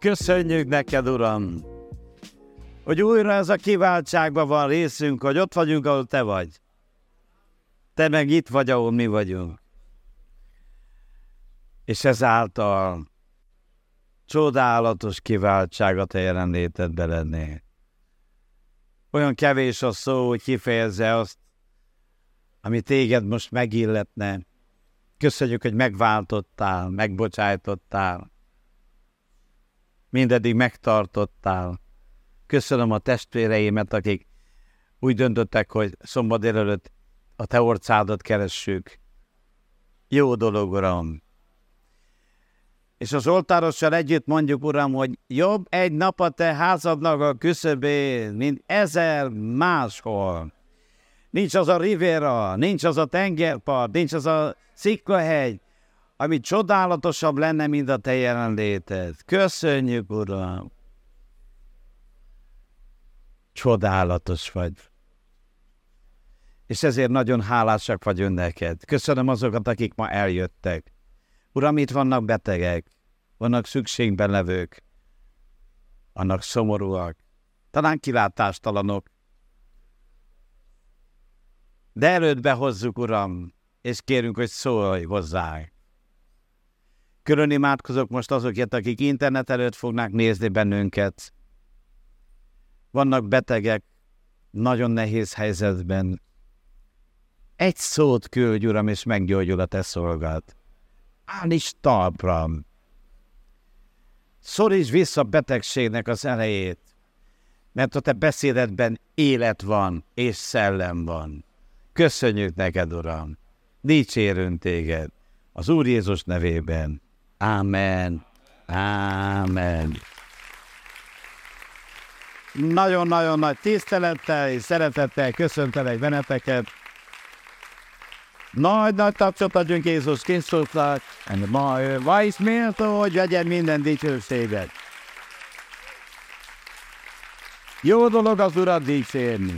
Köszönjük neked, Uram, hogy újra ez a kiváltságban van részünk, hogy ott vagyunk, ahol te vagy. Te meg itt vagy, ahol mi vagyunk. És ezáltal csodálatos kiváltság a te jelenlétedbe lennél. Olyan kevés a szó, hogy kifejezze azt, ami téged most megilletne. Köszönjük, hogy megváltottál, megbocsájtottál. Mindeddig megtartottál. Köszönöm a testvéreimet, akik úgy döntöttek, hogy szombat délelőtt a te orcádat keressük. Jó dolog, Uram. És az oltárossal együtt mondjuk, Uram, hogy jobb egy nap a te házadnak a küszöbén, mint 1000 máshol. Nincs az a Riviera, nincs az a tengerpart, nincs az a sziklahegy, ami csodálatosabb lenne, mint a te jelenléted. Köszönjük, Uram! Csodálatos vagy. És ezért nagyon hálásak vagyunk neked. Köszönöm azokat, akik ma eljöttek. Uram, itt vannak betegek, vannak szükségben levők, vannak szomorúak, talán kilátástalanok. De elődbe hozzuk, Uram, és kérünk, hogy szólj hozzánk. Külön imádkozok most azokért, akik internet előtt fognak nézni bennünket. Vannak betegek, nagyon nehéz helyzetben. Egy szót küldj, Uram, és meggyógyul a te szolgád. Állíts talpra. Szoríts vissza a betegségnek az elejét, mert a te beszédedben élet van, és szellem van. Köszönjük neked, Uram. Dicsérünk téged. Az Úr Jézus nevében. Ámen. Ámen. Nagyon-nagyon nagy tisztelettel és szeretettel köszöntelek benneteket. Nagy-nagy tapsot adjunk Jézus Krisztusnak, ma is méltó, hogy vegyen minden dicsőséget. Jó dolog az Urat dicsérni.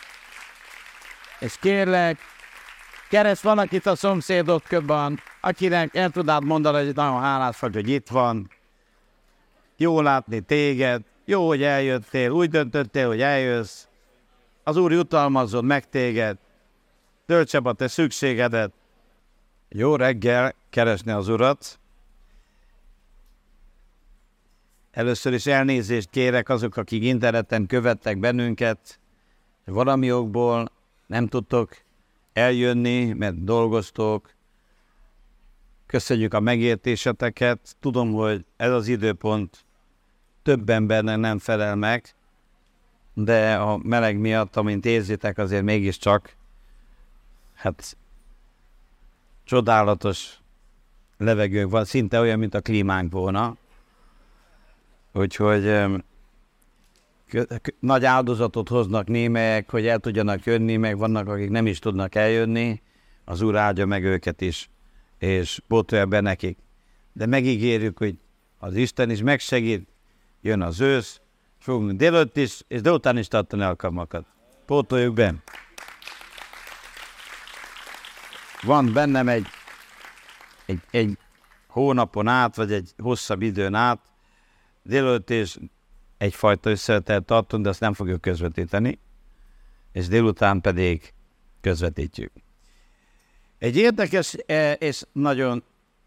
És kérlek, keresd valakit a szomszédodban, akinek el tudnád mondani, hogy nagyon hálás vagy, hogy itt van. Jó látni téged, jó, hogy eljöttél, úgy döntöttél, hogy eljössz. Az Úr jutalmazzon meg téged, töltse be a te szükségedet. Jó reggel keresni az Urat. Először is elnézést kérek azok, akik interneten követtek bennünket. Valami okból nem tudtok eljönni, mert dolgoztok. Köszönjük a megértéseteket. Tudom, hogy ez az időpont több embernek nem felel meg, de a meleg miatt, amint érzitek, azért mégiscsak csodálatos levegőnk van, szinte olyan, mint a klímánk volna. Úgyhogy nagy áldozatot hoznak némelyek, hogy el tudjanak jönni, meg vannak, akik nem is tudnak eljönni. Az Úr áldja meg őket is, és pótolja be nekik. De megígérjük, hogy az Isten is megsegít, jön az ősz, fogunk délőtt is, és délután is tartani alkalmakat. Pótoljuk be. Van bennem egy hónapon át, vagy egy hosszabb időn át, délőtt és egyfajta összevetelt tartunk, de azt nem fogjuk közvetíteni, és délután pedig közvetítjük. Egy érdekes és nagyon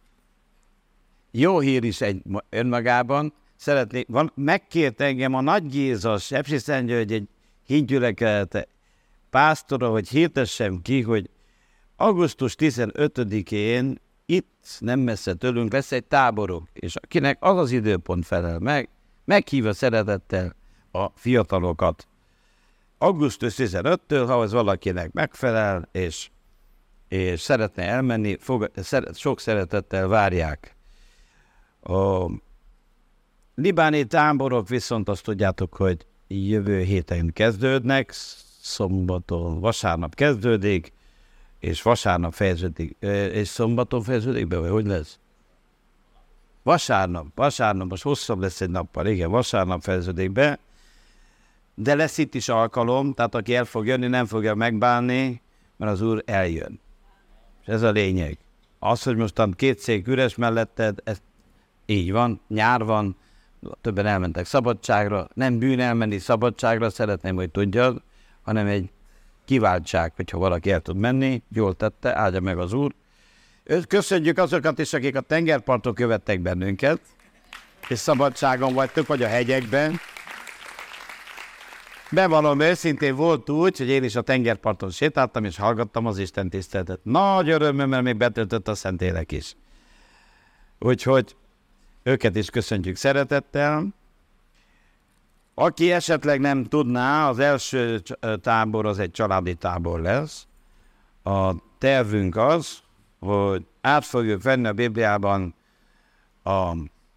jó hír is önmagában. Megkért engem a Nagy Géza, Sepsiszentgyörgy egy hídgyülekezete pásztora, hogy hirdessem ki, hogy augusztus 15-én itt nem messze tőlünk lesz egy táborok, és akinek az az időpont felel meg, meghívja szeretettel a fiatalokat. Augusztus 15-től, ha az valakinek megfelel, és szeretne elmenni, sok szeretettel várják. A libáni táborok viszont azt tudjátok, hogy jövő héten kezdődnek, szombaton, vasárnap kezdődik, és vasárnap fejeződik, és szombaton fejeződik be, vagy hogy lesz? Vasárnap, most hosszabb lesz egy nappal, igen, vasárnap fejeződik be, de lesz itt is alkalom, tehát aki el fog jönni, nem fogja megbánni, mert az Úr eljön. És ez a lényeg. Az, hogy mostan két szék üres melletted, ez így van, nyár van, többen elmentek szabadságra. Nem bűn elmenni szabadságra, szeretném, hogy tudjad, hanem egy kiváltság, hogyha valaki el tud menni, jól tette, áldja meg az Úr. Köszönjük azokat is, akik a tengerparton követtek bennünket, és szabadságon vagytok, vagy a hegyekben. Bevallom őszintén, volt úgy, hogy én is a tengerparton sétáltam, és hallgattam az Isten tiszteletet. Nagy örömmel még betöltött a Szentlélek is. Úgyhogy őket is köszöntjük szeretettel. Aki esetleg nem tudná, az első tábor az egy családi tábor lesz. A tervünk az, hogy át fogjuk venni a Bibliában a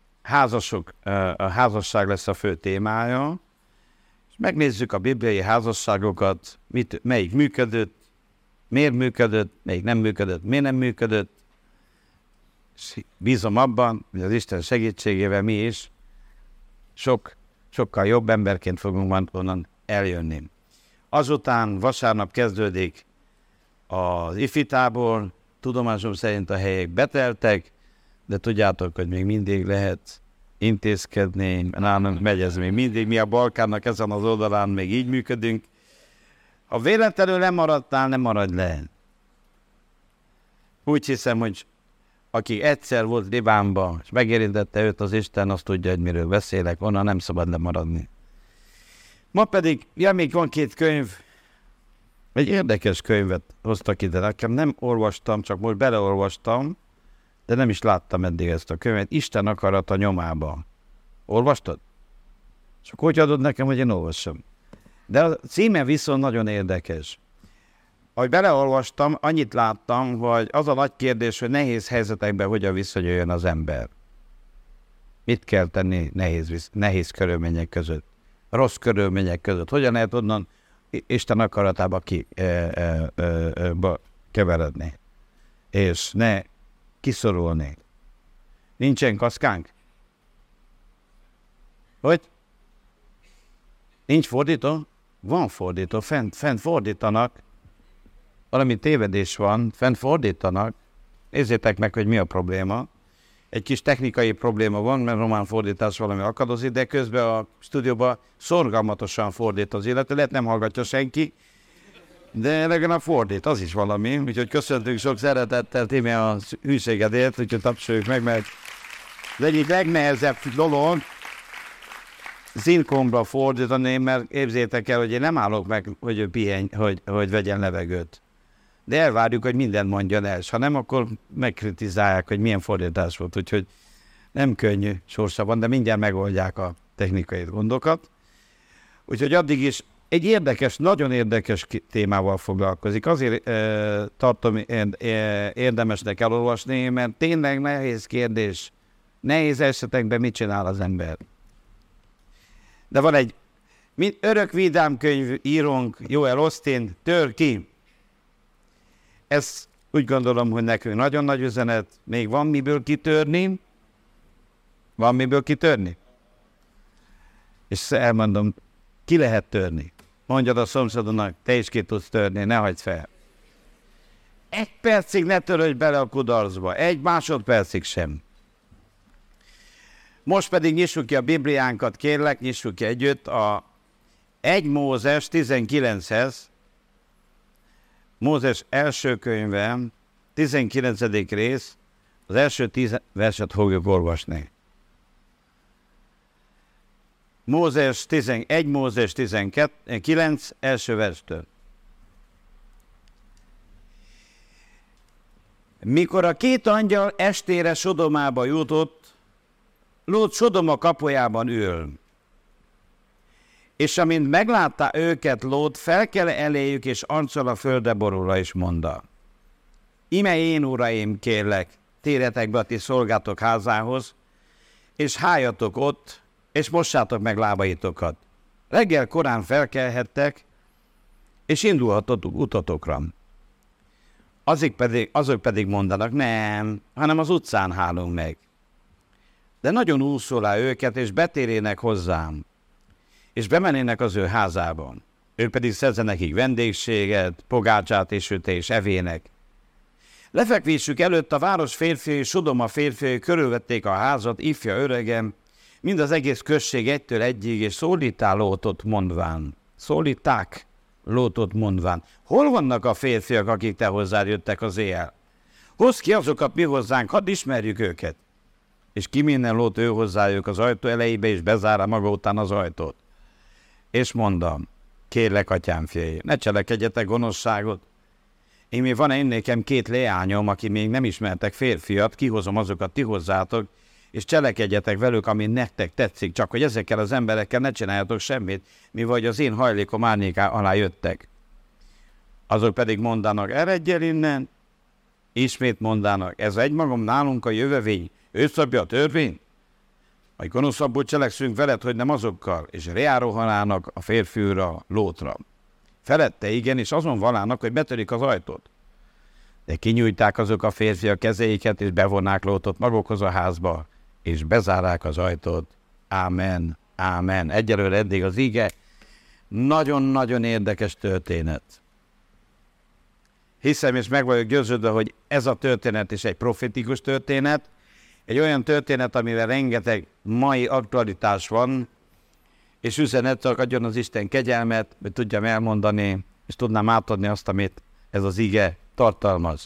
házasság lesz a fő témája, és megnézzük a bibliai házasságokat, melyik működött, miért működött, melyik nem működött, miért nem működött. És bízom abban, hogy az Isten segítségével mi is sokkal jobb emberként fogunk onnan eljönni. Azután vasárnap kezdődik az ifi tábor, tudomásom szerint a helyek beteltek, de tudjátok, hogy még mindig lehet intézkedni, nálunk megy ez még mindig, mi a Balkánnak ezen az oldalán még így működünk. Ha véletlenül nem maradtál, nem maradj le. Úgy hiszem, hogy aki egyszer volt Libánban, és megérintette őt az Isten, azt tudja, hogy miről beszélek, onnan nem szabad lemaradni. Ma pedig, még van 2 könyv, egy érdekes könyvet hoztak ide, nekem nem olvastam, csak most beleolvastam, de nem is láttam eddig ezt a könyvet. Isten akarata nyomába. Olvastad? És akkor hogy adod nekem, hogy én olvassam? De a címe viszont nagyon érdekes. Ahogy beleolvastam, annyit láttam, hogy az a nagy kérdés, hogy nehéz helyzetekben hogyan viszonyuljon az ember. Mit kell tenni nehéz körülmények között, rossz körülmények között? Hogyan lehet onnan Isten akaratába keveredni, és ne kiszorulni. Nincsen kaszkánk? Hogy? Nincs fordító? Van fordító, fent fordítanak. Valami tévedés van, fent fordítanak. Nézzétek meg, hogy mi a probléma. Egy kis technikai probléma van, mert román fordítás valami akadozik, de közben a stúdióban szorgalmatosan fordít az illető. Lehet nem hallgatja senki, de legalább fordít, az is valami. Úgyhogy köszöntünk sok szeretettel, Timi, a hűségedért, úgyhogy tapsoljuk meg, mert az egyik legnehezebb dolog zinkomra fordítani, mert képzeljétek el, hogy én nem állok meg, hogy ő pihenj, hogy vegyen levegőt. De elvárjuk, hogy mindent mondjon el, és ha nem, akkor megkritizálják, hogy milyen fordítás volt. Úgyhogy nem könnyű sorsa van, de mindjárt megoldják a technikai gondokat. Úgyhogy addig is egy érdekes, nagyon érdekes témával foglalkozik. Azért tartom érdemesnek elolvasni, mert tényleg nehéz kérdés. Nehéz esetekben mit csinál az ember. De van egy örök vidám könyv írónk, Joel Osteen, Tör ki. Ez úgy gondolom, hogy nekünk nagyon nagy üzenet. Még van miből kitörni? Van miből kitörni? És elmondom, ki lehet törni? Mondjad a szomszédodnak, te is ki tudsz törni, ne hagyd fel. 1 percig ne törődj bele a kudarcba, 1 másodpercig sem. Most pedig nyissuk ki a Bibliánkat, kérlek, nyissuk ki együtt a 1 Mózes 19-hez, Mózes első könyve, 19. rész, az első 10 verset fogjuk olvasni. 1 Mózes 19, első verstől. Mikor a 2 angyal estére Sodomába jutott, Lót Sodoma kapujában ül. És amint meglátta őket Lót, felkel eléjük, és arccal a földre borulva is mondta: Ime én, uraim, kérlek, térjetek be a ti szolgátok házához, és hájatok ott, és mossátok meg lábaitokat. Reggel korán felkelhettek, és indulhatatok utatokra. Azok pedig mondanak: nem, hanem az utcán hálunk meg. De nagyon úszol őket, és betérének hozzám, és bemennének az ő házában. Ő pedig szerezze nekik vendégséget, pogácsát és süté és evének. Lefekvésük előtt a város férfiai, Sodoma férfiai körülvették a házat, ifja, öregem, mind az egész község egytől egyig, és szólítál Lótot mondván. Szólíták Lótot mondván. Hol vannak a férfiak, akik te hozzád jöttek az éjjel? Hozd ki azokat mi hozzánk, hadd ismerjük őket. És kiméne Lót ő hozzájuk az ajtó elejébe, és bezárja maga után az ajtót. És mondom, kérlek, atyám fiai, ne cselekedjetek gonoszságot. Én még van nekem 2 leányom, aki még nem ismertek férfiat, kihozom azokat ti hozzátok, és cselekedjetek velük, ami nektek tetszik, csak hogy ezekkel az emberekkel ne csináljatok semmit, mivel az én hajlékom árnyéká alá jöttek. Azok pedig mondanak, eredjél innen, ismét mondanak, ez egymagam nálunk a jövevény, ő szabja a törvényt? Vagy gonoszabbul cselekszünk veled, hogy nem azokkal, és reárohanának a férfiúra, Lótra. Felette igen, és azon valának, hogy betörik az ajtót. De kinyújták azok a férfiak kezeiket, és bevonnák Lótot magukhoz a házba, és bezárják az ajtót. Ámen, ámen. Egyelőre eddig az ige. Nagyon-nagyon érdekes történet. Hiszem, és meg vagyok győződve, hogy ez a történet is egy profetikus történet, egy olyan történet, amivel rengeteg mai aktualitás van, és üzenet csak adjon az Isten kegyelmet, hogy tudjam elmondani, és tudnám átadni azt, amit ez az ige tartalmaz.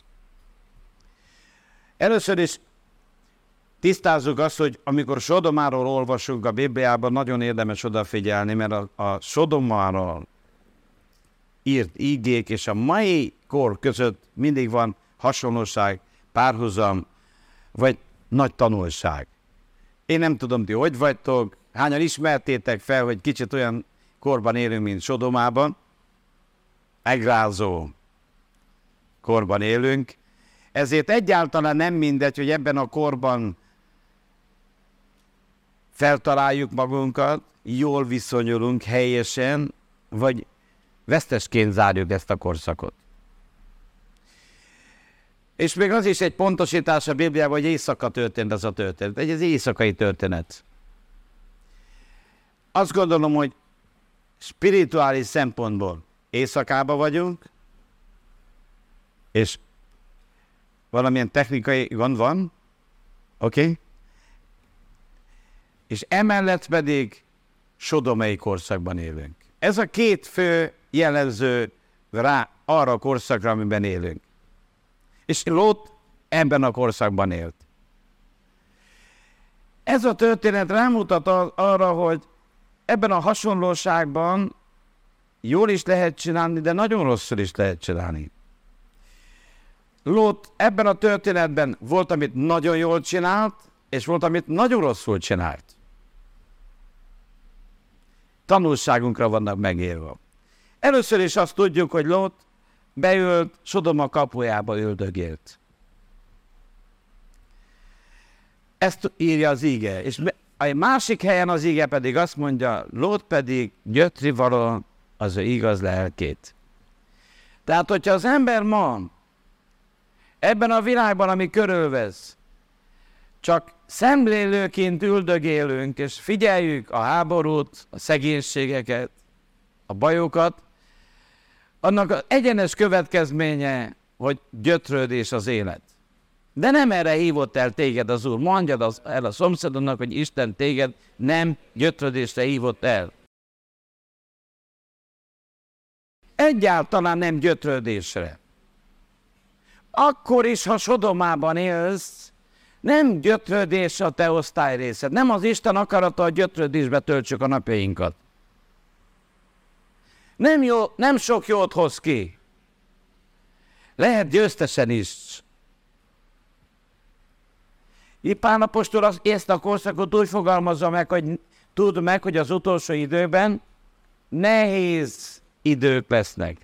Először is tisztázzuk azt, hogy amikor Sodomáról olvasunk a Bibliában, nagyon érdemes odafigyelni, mert a Sodomáról írt ígék és a mai kor között mindig van hasonlóság, párhuzam, vagy nagy tanulság. Én nem tudom, ti hogy vagytok, hányan ismertétek fel, hogy kicsit olyan korban élünk, mint Sodomában, megrázó korban élünk, ezért egyáltalán nem mindegy, hogy ebben a korban feltaláljuk magunkat, jól viszonyulunk helyesen, vagy vesztesként zárjuk ezt a korszakot. És még az is egy pontosítás a Bibliában, hogy éjszaka történt ez a történet. Ez éjszakai történet. Azt gondolom, hogy spirituális szempontból éjszakában vagyunk, és valamilyen technikai gond van, oké? És emellett pedig sodomai korszakban élünk. Ez a 2 fő jellemző rá arra a korszakra, amiben élünk. És Lót ebben a korszakban élt. Ez a történet rámutat arra, hogy ebben a hasonlóságban jól is lehet csinálni, de nagyon rosszul is lehet csinálni. Lót ebben a történetben volt, amit nagyon jól csinált, és volt, amit nagyon rosszul csinált. Tanulságunkra vannak megírva. Először is azt tudjuk, hogy Lót beült, Sodoma kapujába üldögélt. Ezt írja az ige. És a másik helyen az ige pedig azt mondja, Lót pedig gyötri való az ő igaz lelkét. Tehát, hogyha az ember ma ebben a világban, ami körülvesz, csak szemlélőként üldögélünk, és figyeljük a háborút, a szegénységeket, a bajokat, annak az egyenes következménye, hogy gyötrődés az élet. De nem erre hívott el téged az Úr. Mondjad el a szomszédodnak, hogy Isten téged nem gyötrődésre hívott el. Egyáltalán nem gyötrődésre. Akkor is, ha Sodomában élsz, nem gyötrődés a te osztályrészed. Nem az Isten akarata, hogy gyötrődésbe töltsük a napjainkat. Nem sok jót hoz ki. Lehet győztesen is. Pál apostol ezt a korszakot úgy fogalmazza meg, hogy tudd meg, hogy az utolsó időben nehéz idők lesznek.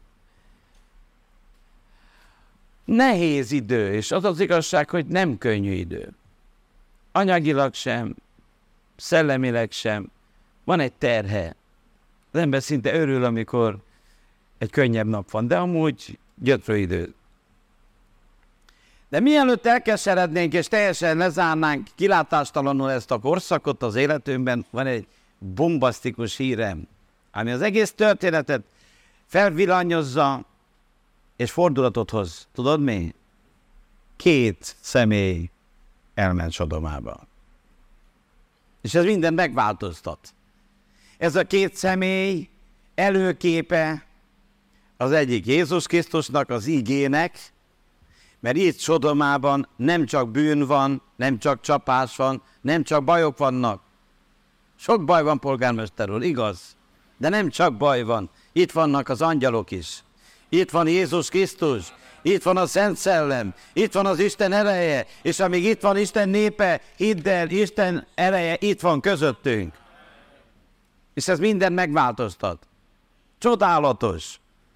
Nehéz idő, és az az igazság, hogy nem könnyű idő. Anyagilag sem, szellemileg sem. Van egy terhe. Az ember szinte örül, amikor egy könnyebb nap van, de amúgy gyötrő idő. De mielőtt elkeserednénk és teljesen lezárnánk kilátástalanul ezt a korszakot az életünkben, van egy bombasztikus hírem, ami az egész történetet felvillanyozza és fordulatot hoz. Tudod mi? 2 személy elment Sodomába. És ez minden megváltoztat. Ez a két személy előképe az egyik Jézus Krisztusnak, az igének, mert itt Sodomában nem csak bűn van, nem csak csapás van, nem csak bajok vannak. Sok baj van, polgármester úr, igaz? De nem csak baj van. Itt vannak az angyalok is. Itt van Jézus Krisztus. Itt van a Szent Szellem. Itt van az Isten ereje. És amíg itt van Isten népe, hidd el, Isten ereje itt van közöttünk. És ez minden megváltoztat. Csodálatos.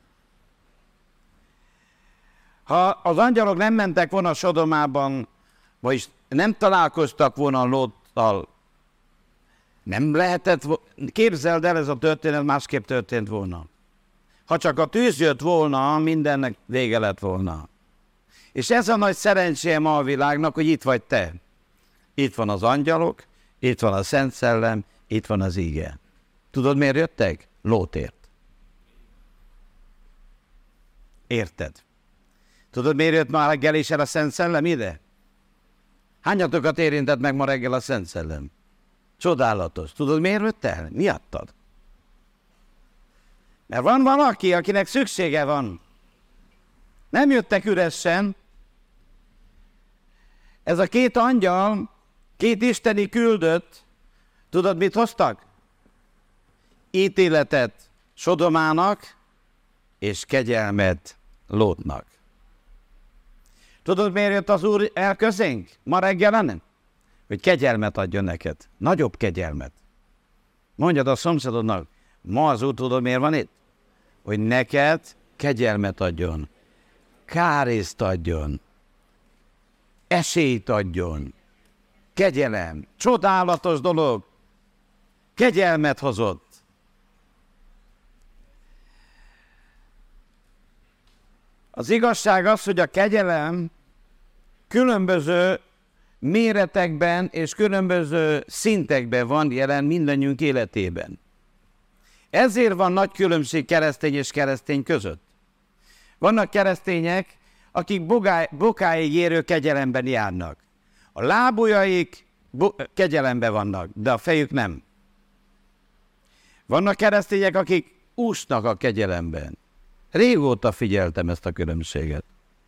Ha az angyalok nem mentek volna Sodomában, vagyis nem találkoztak volna Lóttal, nem lehetett, képzeld el, ez a történet másképp történt volna. Ha csak a tűz jött volna, mindennek vége lett volna. És ez a nagy szerencséje ma a világnak, hogy itt vagy te. Itt van az angyalok, itt van a Szent Szellem, itt van az ige. Tudod, miért jöttek? Lótért. Érted? Tudod, miért jött ma reggel is el a Szent Szellem ide? Hányatokat érintett meg ma reggel a Szent Szellem? Csodálatos. Tudod, miért jött el? Miattad. Mert van valaki, akinek szüksége van. Nem jöttek üresen. Ez a két angyal, két isteni küldött, tudod, mit hoztak? Ítéletet Sodomának, és kegyelmet Lótnak. Tudod, miért jött az Úr el közénk ma reggelen? Hogy kegyelmet adjon neked. Nagyobb kegyelmet. Mondjad a szomszédodnak, ma az Úr tudod, miért van itt? Hogy neked kegyelmet adjon. Kárészt adjon. Esélyt adjon. Kegyelem. Csodálatos dolog. Kegyelmet hozott. Az igazság az, hogy a kegyelem különböző méretekben és különböző szintekben van jelen mindannyiunk életében. Ezért van nagy különbség keresztény és keresztény között. Vannak keresztények, akik bokáig érő kegyelemben járnak. A lábujjaik kegyelemben vannak, de a fejük nem. Vannak keresztények, akik úsznak a kegyelemben. Régóta figyeltem ezt a különbséget.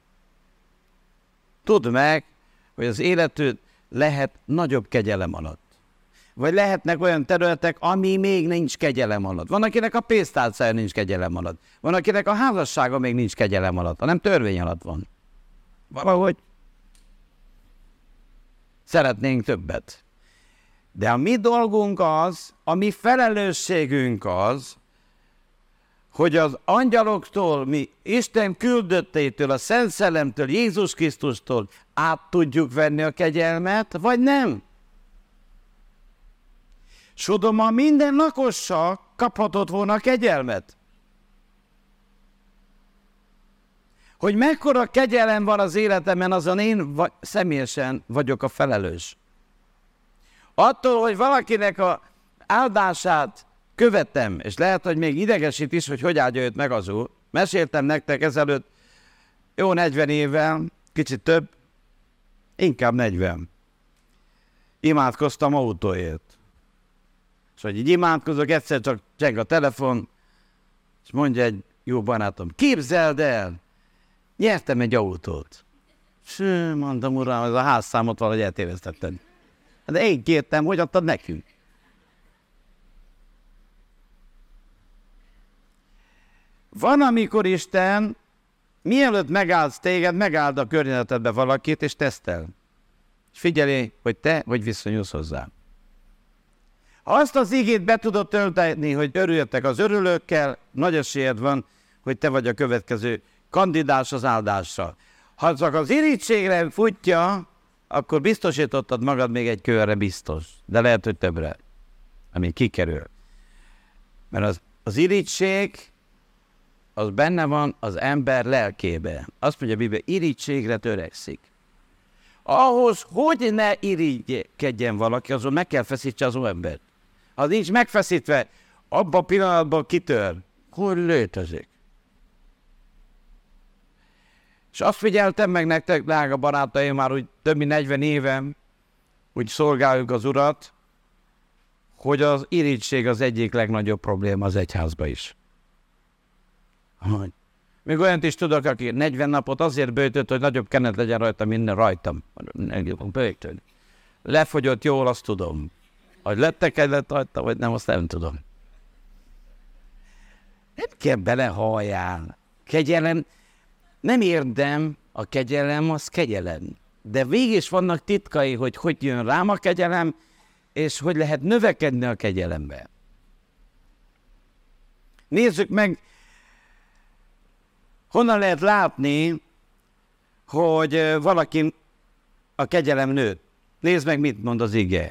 Tudd meg, hogy az életed lehet nagyobb kegyelem alatt. Vagy lehetnek olyan területek, ami még nincs kegyelem alatt. Van, akinek a pénztárcája nincs kegyelem alatt. Van, akinek a házassága még nincs kegyelem alatt, hanem törvény alatt van. Valahogy szeretnénk többet. De a mi dolgunk az, a mi felelősségünk az, hogy az angyaloktól, mi Isten küldöttétől, a Szent Szellemtől, Jézus Krisztustól át tudjuk venni a kegyelmet, vagy nem. Sodoma minden lakosa kaphatott volna a kegyelmet. Hogy mekkora kegyelem van az életemben, azon én személyesen vagyok a felelős. Attól, hogy valakinek a áldását követem, és lehet, hogy még idegesít is, hogy áldja őt meg az Úr. Meséltem nektek ezelőtt jó 40 évvel, kicsit több, inkább 40. Imádkoztam autóért. És hogy így imádkozok, egyszer csak cseng a telefon, és mondja egy jó barátom, képzeld el, nyertem egy autót. Mondom, uram, ez a házszámot valahogy eltévesztetted. De én kértem, hogy adtad nekünk. Van, amikor Isten, mielőtt megáldsz téged, megáld a környezetedbe valakit, és tesztel. És figyelj, hogy te hogy viszonyulsz hozzá. Ha azt az igét be tudod tölteni, hogy örüljetek az örülőkkel, nagy esélyed van, hogy te vagy a következő kandidás az áldásra. Ha csak az irítségre futja, akkor biztosítottad magad még egy körre biztos, de lehet, hogy többre, ami kikerül. Mert az irítség, az benne van az ember lelkébe. Azt mondja a Biblia, irítségre törekszik. Ahhoz, hogy ne irigykedjen valaki, azon meg kell feszítse az embert. Ha nincs megfeszítve, abban a pillanatban kitör. Hogy létezik? És azt figyeltem meg nektek, drága barátaim, már úgy több mint 40 évem, úgy szolgáljuk az Urat, hogy az irigység az egyik legnagyobb probléma az egyházba is. Még olyant is tudok, aki 40 napot azért böjtött, hogy nagyobb kenet legyen rajta, minden rajtam. Lefogyott jól, azt tudom. Hogy lettek kellett rajta, vagy nem, azt nem tudom. Nem kell belehalljál. Kegyelem, nem érdem, a kegyelem az kegyelem. De végig is vannak titkai, hogy jön rám a kegyelem, és hogy lehet növekedni a kegyelembe. Nézzük meg, honnan lehet látni, hogy valaki a kegyelem nőtt. Nézd meg, mit mond az ige.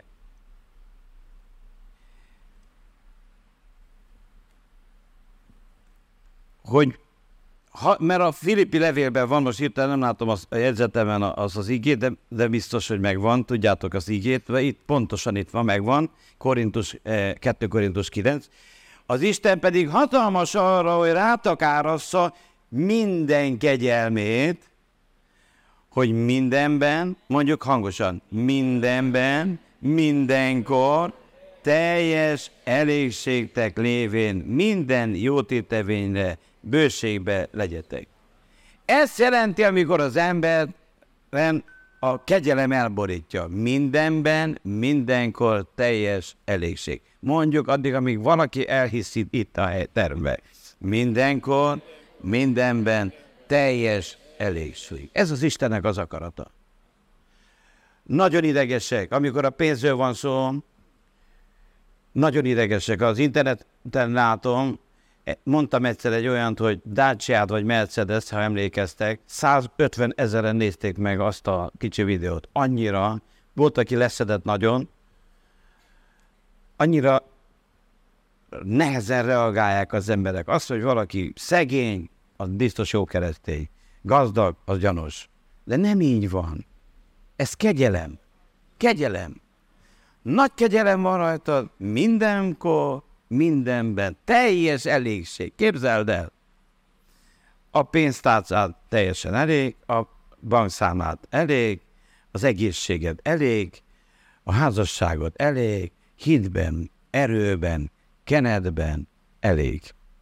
Mert a Filippi levélben van, most hirtelen nem látom a jegyzetemen az igét, de biztos, hogy megvan, tudjátok az igét, itt pontosan itt van, megvan, 2 Korintus 9. Az Isten pedig hatalmas arra, hogy rátok árassza minden kegyelmét, hogy mindenben, mondjuk hangosan, mindenben, mindenkor, teljes elégségtek lévén minden jótétevényre, bőségbe legyetek. Ez jelenti, amikor az emberben a kegyelem elborítja. Mindenben, mindenkor teljes elégség. Mondjuk addig, amíg valaki elhiszi itt a termben. Mindenkor, mindenben teljes elégség. Ez az Istennek az akarata. Nagyon idegesek, amikor a pénzről van szó, nagyon idegesek. Az interneten látom, mondtam egyszer egy olyant, hogy Dacia-t vagy Mercedes, ha emlékeztek, 150 000-en nézték meg azt a kicsi videót. Annyira, volt, aki leszedett nagyon, annyira nehezen reagálják az emberek. Azt, hogy valaki szegény, az biztos jó keresztény. Gazdag, az gyanús. De nem így van. Ez kegyelem. Kegyelem. Nagy kegyelem van rajtad mindenkor, mindenben. Teljes elégség. Képzeld el. A pénztárcád teljesen elég, a bankszámlád elég, az egészséged elég, a házasságod elég, hitben, erőben, kenetben elég.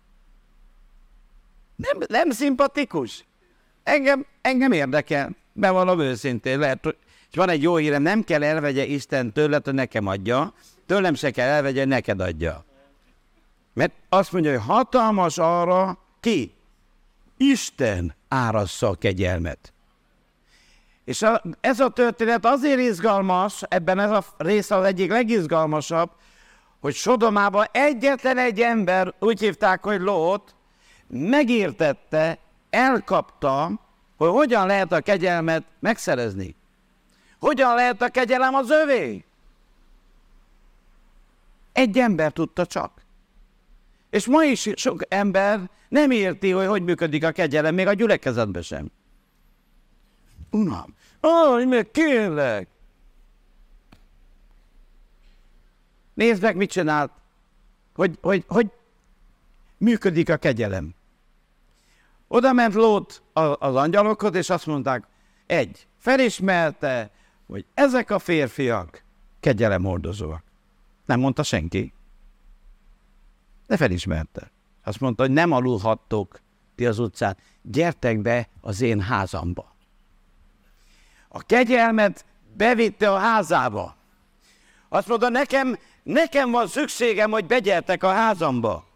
Nem szimpatikus? Engem érdekel. Bevallom őszintén. Lehet, és van egy jó hírem, nem kell elvegye Isten tőled, hogy nekem adja, tőlem se kell elvegye, hogy neked adja. Mert azt mondja, hogy hatalmas arra, ki? Isten árassza a kegyelmet. És ez a történet azért izgalmas, ebben ez a rész az egyik legizgalmasabb, hogy Sodomában egyetlen egy ember, úgy hívták, hogy Lót, megértette, elkapta, hogy hogyan lehet a kegyelmet megszerezni. Hogyan lehet a kegyelem az övé? Egy ember tudta csak. És ma is sok ember nem érti, hogy működik a kegyelem, még a gyülekezetben sem. Uram, meg kérlek! Nézd meg, mit csinált, hogy működik a kegyelem. Oda ment Lót az angyalokhoz, és azt mondták, felismerte, hogy ezek a férfiak kegyelemhordozóak. Nem mondta senki. De felismerte. Azt mondta, hogy nem aludhattok ti az utcán, gyertek be az én házamba. A kegyelmet bevitte a házába. Azt mondta, nekem van szükségem, hogy begyertek a házamba.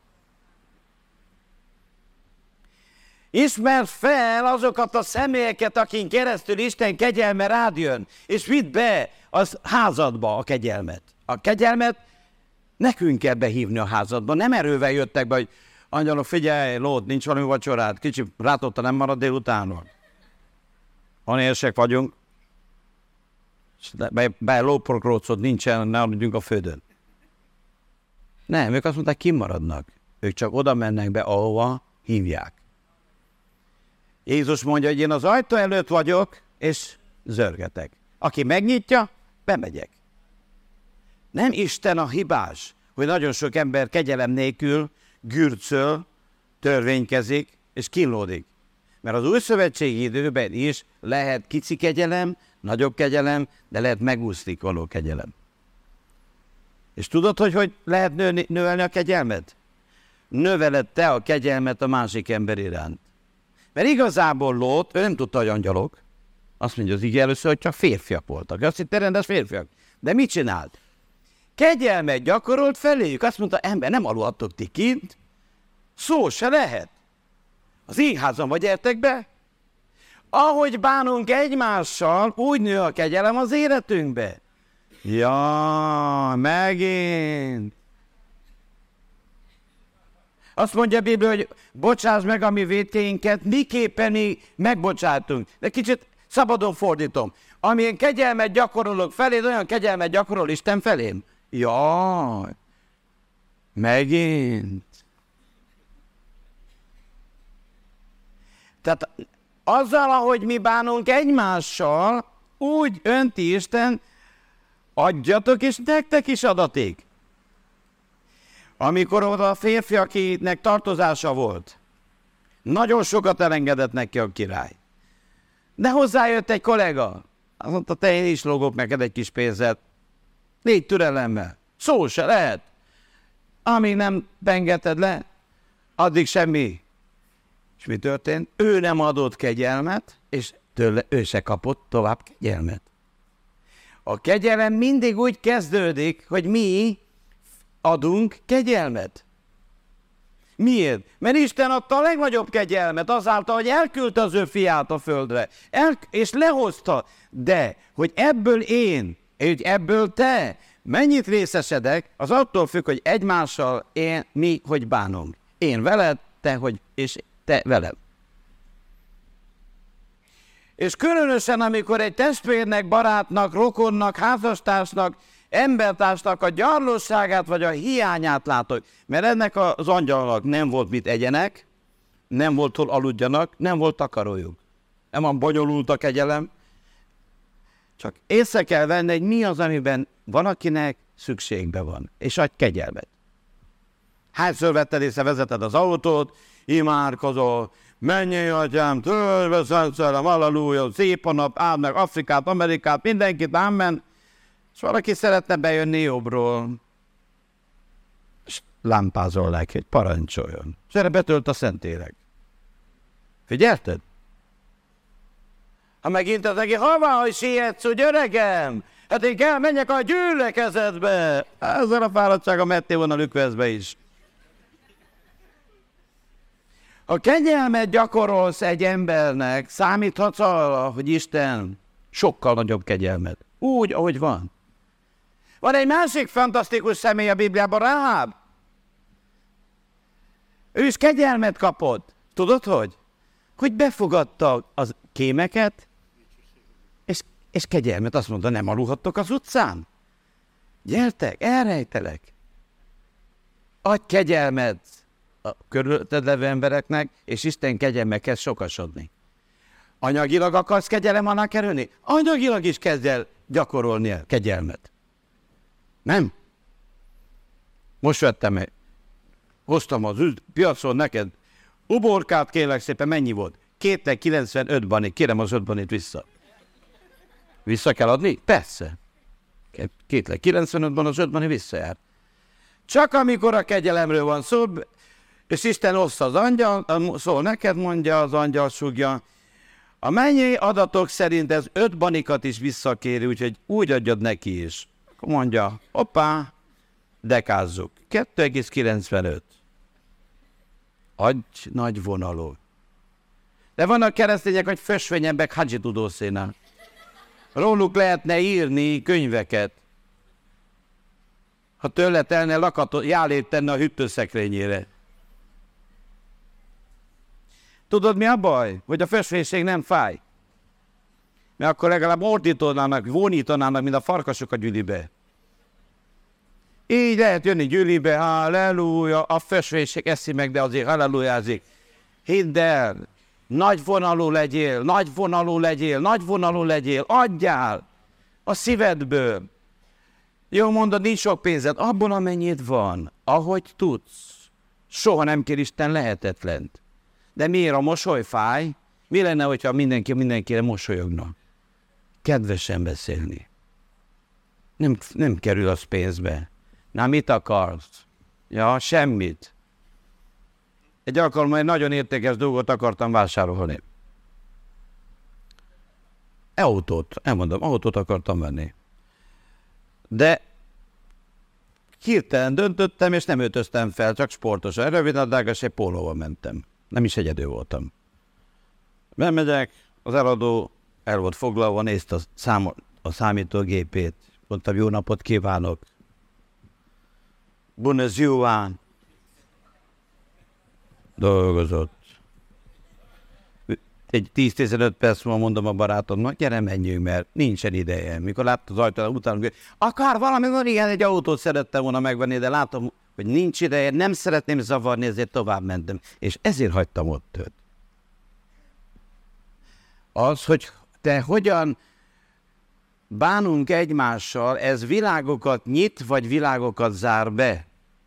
Ismerd fel azokat a személyeket, akin keresztül Isten kegyelme rád jön, és vidd be az házadba a kegyelmet. A kegyelmet nekünk kell behívni a házadba. Nem erővel jöttek be, hogy angyalok, figyelj, Lót, nincs valami vacsorád, kicsi rátotta, nem marad délutánról. Hanérsek vagyunk, be lóporkrócod nincsen, ne aludjunk a földön. Nem, ők azt mondták, kimaradnak. Ők csak oda mennek be, ahova hívják. Jézus mondja, hogy én az ajtó előtt vagyok, és zörgetek. Aki megnyitja, bemegyek. Nem Isten a hibás, hogy nagyon sok ember kegyelem nélkül gürcöl, törvénykezik, és kínlódik. Mert az új szövetségi időben is lehet kicsi kegyelem, nagyobb kegyelem, de lehet megúszni való kegyelem. És tudod, hogy lehet növelni a kegyelmet? Növeled te a kegyelmet a másik ember iránt. Mert igazából Lót, ő nem tudta, hogy angyalok. Azt mondja az ige először, hogy csak férfiak voltak. Azt hitte, rendes férfiak. De mit csinált? Kegyelmet gyakorolt feléjük. Azt mondta, ember, nem aludhatok ti kint. Szó se lehet. Az én házam vagy, gyertek be. Ahogy bánunk egymással, úgy nő a kegyelem az életünkbe. Ja, megint. Azt mondja a Biblia, hogy bocsáss meg a mi vétkeinket, miképpen mi megbocsátunk. De kicsit szabadon fordítom. Amilyen kegyelmet gyakorolok feléd, olyan kegyelmet gyakorol Isten felém. Jaj, megint. Tehát azzal, ahogy mi bánunk egymással, úgy önti Isten, adjatok, és nektek is adaték. Amikor oda a férfi, akinek tartozása volt, nagyon sokat elengedett neki a király. De hozzájött egy kollega, azt mondta, te én is lógok neked egy kis pénzet, légy türelemmel, szó se lehet. Amíg nem pengeted le, addig semmi. És mi történt? Ő nem adott kegyelmet, és tőle ő se kapott tovább kegyelmet. A kegyelem mindig úgy kezdődik, hogy mi adunk kegyelmet. Miért? Mert Isten adta a legnagyobb kegyelmet azáltal, hogy elküldte az ő fiát a földre, és lehozta. De, hogy ebből hogy ebből te mennyit részesedek, az attól függ, hogy egymással mi hogy bánunk. Én veled, és te velem. És különösen, amikor egy testvérnek, barátnak, rokonnak, házastársnak, embertársnak a gyarlóságát vagy a hiányát látod. Mert ennek az angyalnak nem volt mit egyenek, nem volt hol aludjanak, nem volt takarójuk. Nem van bonyolult a kegyelem. Csak észre kell venni, hogy mi az, amiben van, akinek szükségbe van. És adj kegyelmet. Hányszor vetted észre, vezeted az autót, imádkozol, menjél, atyám, tölve szent szellem, halleluja, szép a nap, áld meg Afrikát, Amerikát, mindenkit, amen. És valaki szeretne bejönni jobbról, és lámpázol neki, hogy parancsoljon. És erre betölt a Szentlélek. Figyelted? Ha megint az egész, hová, hogy sietsz, úgy öregem? Hát én kell, menjek a gyülekezetbe. Ezzel a fáradtsága metté van a lükvezbe is. Ha kegyelmet gyakorolsz egy embernek, számíthatsz arra, hogy Isten sokkal nagyobb kegyelmet. Úgy, ahogy van. Van egy másik fantasztikus személy a Bibliában, Ráháb. Ő is kegyelmet kapott. Tudod, hogy? Hogy befogadta az kémeket, és kegyelmet. Azt mondta, nem aludhattok az utcán? Gyertek, elrejtelek. Adj kegyelmet a körülötted levő embereknek, és Isten kegyelme kezd sokasodni. Anyagilag akarsz kegyelem alá kerülni? Anyagilag is kezd el gyakorolni a kegyelmet. Nem? Most hoztam az piacon neked uborkát, kérlek szépen, mennyi volt? 2,95 banit, kérem az 5 banit vissza. Vissza kell adni? Persze. 2,95 az 5 banit visszajár. Csak amikor a kegyelemről van szó, és Isten ossza az angyal, szól neked, mondja az angyal súgja, a mennyei adatok szerint ez 5 banikat is visszakéri, úgyhogy úgy adjad neki is. Akkor mondja, hoppá, dekázzuk. 2,95. Adj nagy vonalú. De vannak keresztények, hogy fösvényebbek Hadzsi Tudószénál. Róluk lehetne írni könyveket. Ha tőle telne lakatot, jálét tenne a hűtőszekrényére. Tudod, mi a baj? Hogy a fösvénység nem fáj. Mert akkor legalább ordítanának, vonítanának, mint a farkasok a gyülibe. Így lehet jönni gyülibe, halleluja, a fösvénység eszi meg, de azért hallelujázik. Hidd el, nagyvonalú legyél, nagyvonalú legyél, nagyvonalú legyél, adjál a szívedből. Jó mondod, nincs sok pénzed, abból amennyit van, ahogy tudsz. Soha nem kér Isten lehetetlent. De miért a mosoly fáj? Mi lenne, hogyha mindenkire mosolyogna? Kedvesen beszélni. Nem kerül az pénzbe. Na, mit akarsz? Ja, semmit. Egy alkalommal egy nagyon értékes dolgot akartam vásárolni. Autót akartam venni. De hirtelen döntöttem, és nem öltöztem fel, csak sportosan. Rövidnadrágas egy pólóval mentem. Nem is egyedül voltam. Bemegyek, az eladó el volt foglalva, nézte a számítógépét. Mondtam, jó napot kívánok. Bună ziua. Dolgozott. Egy 10-15 perc múlva mondom a barátomnak, gyere, menjünk, mert nincsen ideje. Mikor látta az ajtón, utána, akár valami, igen, egy autót szerettem volna megvenni, de látom, hogy nincs ideje, nem szeretném zavarni, ezért tovább mentem. És ezért hagytam ott őt. Az, hogy te hogyan bánunk egymással, ez világokat nyit, vagy világokat zár be?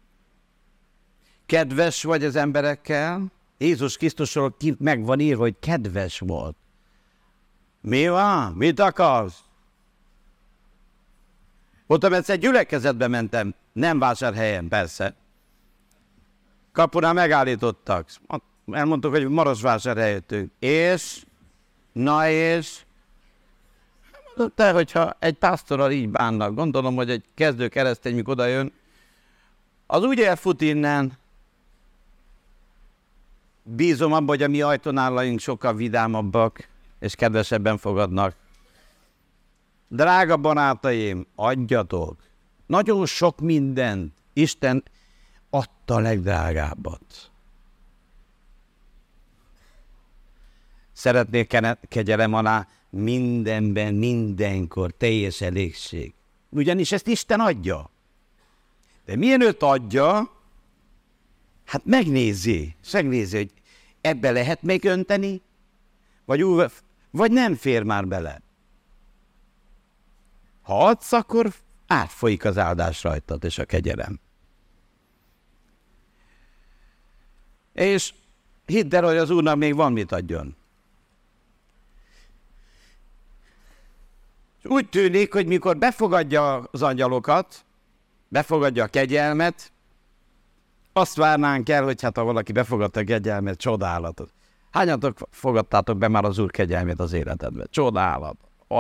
Kedves vagy az emberekkel? Jézus Krisztusról kint meg van írva, hogy kedves volt. Mi van? Mit akarsz? Voltam egyszer gyülekezetbe mentem, nem Vásárhelyen, persze. Kapunál megállítottak. Elmondtuk, hogy Marosvásárhelyre jöttünk. És? Na és? Te, hogyha egy pásztorral így bánnak, gondolom, hogy egy kezdő keresztény, mikor oda jön, az úgy elfut innen. Bízom abban, hogy a mi ajtónálaink sokkal vidámabbak, és kedvesebben fogadnak. Drága barátaim, adjatok! Nagyon sok mindent Isten adta a legdrágábbat. Szeretnék kegyelem alá mindenben, mindenkor teljes elégség. Ugyanis ezt Isten adja. De mielőtt adja, hát megnézi, hogy ebbe lehet még önteni, vagy nem fér már bele. Ha adsz, akkor átfolyik az áldás rajtad, és a kegyelem. És hidd el, hogy az Úrnak még van mit adjon. Úgy tűnik, hogy mikor befogadja az angyalokat, befogadja a kegyelmet, azt várnánk el, hogy hát ha valaki befogadta a kegyelmet, csodálatot. Hányatok fogadtátok be már az Úr kegyelmét az életedbe? Csodálat.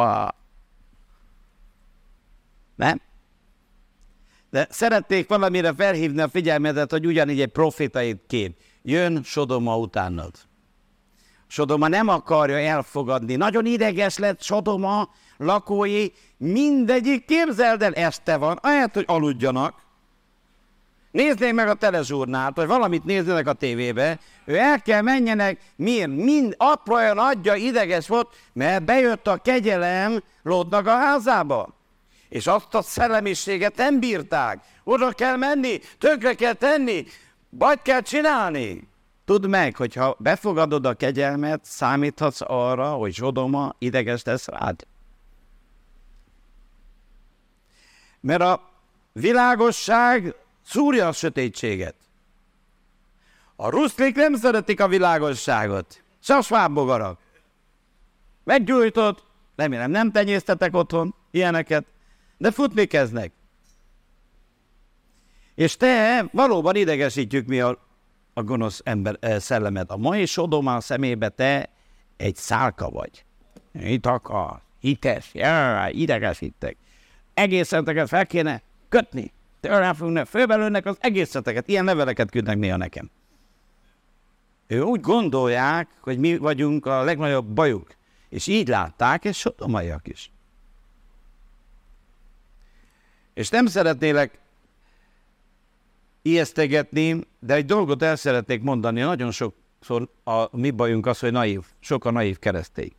Nem? De szeretnék valamire felhívni a figyelmedet, hogy ugyanígy egy profétai kép. Jön Sodoma utánad. Sodoma nem akarja elfogadni. Nagyon ideges lett Sodoma lakói, mindegyik, képzeld el, este van, ahelyett, hogy aludjanak. Néznék meg a telezsurnát, vagy valamit nézzenek a tévébe, ő el kell menjenek, mind apróan adja, ideges volt, mert bejött a kegyelem Lótnak a házába. És azt a szellemiséget nem bírták. Oda kell menni, tönkre kell tenni, vagy kell csinálni. Tudd meg, hogyha befogadod a kegyelmet, számíthatsz arra, hogy Sodoma ideges lesz rád. Mert a világosság szúrja a sötétséget. A ruszklik nem szeretik a világosságot. Se a svábbogarak. Meggyújtod, remélem nem tenyésztetek otthon ilyeneket, de futni kezdnek. És te valóban idegesítjük mi a gonosz ember szellemet. A mai Sodoma szemébe te egy szálka vagy. Mit akar? Hites? Jaj, idegesítek. Egészeteket fel kéne kötni. Rá fognak, fölbelőnek az egészeteket. Ilyen leveleket küldnek néha nekem. Ő úgy gondolják, hogy mi vagyunk a legnagyobb bajuk. És így látták, és sodomaiak is. És nem szeretnélek ijesztegetni, de egy dolgot el szeretnék mondani. Nagyon sokszor a mi bajunk az, hogy sok a naív keresztény.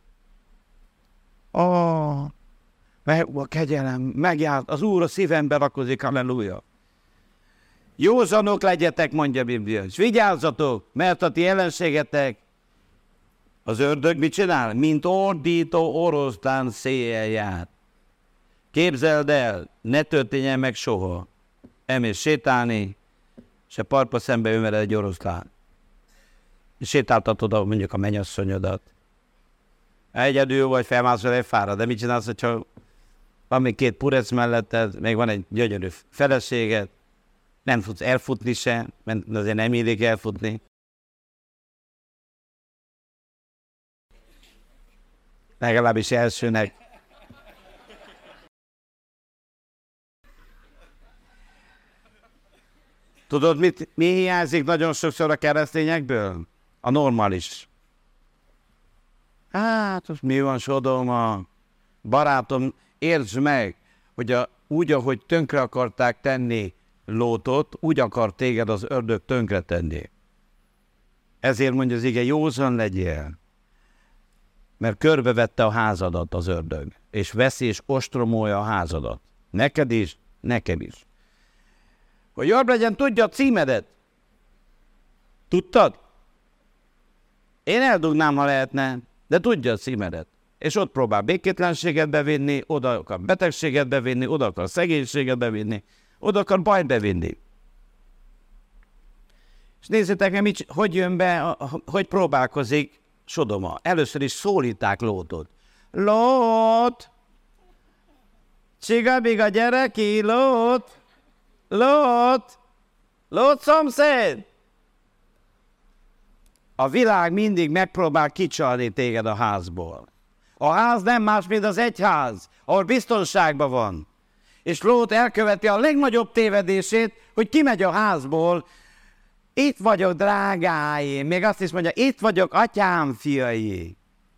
A kegyelem, megjárt, az Úr a szívembe rakozik, halleluja. Józanok legyetek, mondja a Biblia, és vigyázzatok, mert a ti ellenségetek, az ördög mit csinál? Mint ordító oroszlán széjjel jár. Képzeld el, ne történjen meg soha. Elmész sétálni, és a parkba szembe jön veled egy oroszlán. És sétáltatod mondjuk a mennyasszonyodat. Egyedül vagy, felmászol egy fára, de mit csinálsz, hogyha van még 2 purec melletted, még van egy gyönyörű feleséged, Nem tudsz elfutni se, mert azért nem illik elfutni. Legalábbis elsőnek. Tudod, mi hiányzik nagyon sokszor a keresztényekből? A normális. Hát, mi van, Sodoma? Barátom, értsd meg, hogy úgy, ahogy tönkre akarták tenni Lótot, úgy akar téged az ördög tönkre tenni. Ezért mondja az ige, józan legyél, mert körbevette a házadat az ördög, és veszi és ostromolja a házadat. Neked is, nekem is. Hogy jobb legyen, tudja a címedet. Tudtad? Én eldugnám, ha lehetne, de tudja a címedet. És ott próbál békétlenséget bevinni, oda akar betegséget bevinni, oda akar szegénységet bevinni, oda akar bajt bevinni. És nézzétek meg, hogy jön be, hogy próbálkozik Sodoma. Először is szólíták Lótot. Lót! Csigabiga, gyere ki, Lót! Lót! Lót szomszéd! A világ mindig megpróbál kicsalni téged a házból. A ház nem más, mint az egyház, ahol biztonságban van. És Lót elköveti a legnagyobb tévedését, hogy kimegy a házból. Itt vagyok, drágáim. Még azt is mondja, itt vagyok, atyám fiai.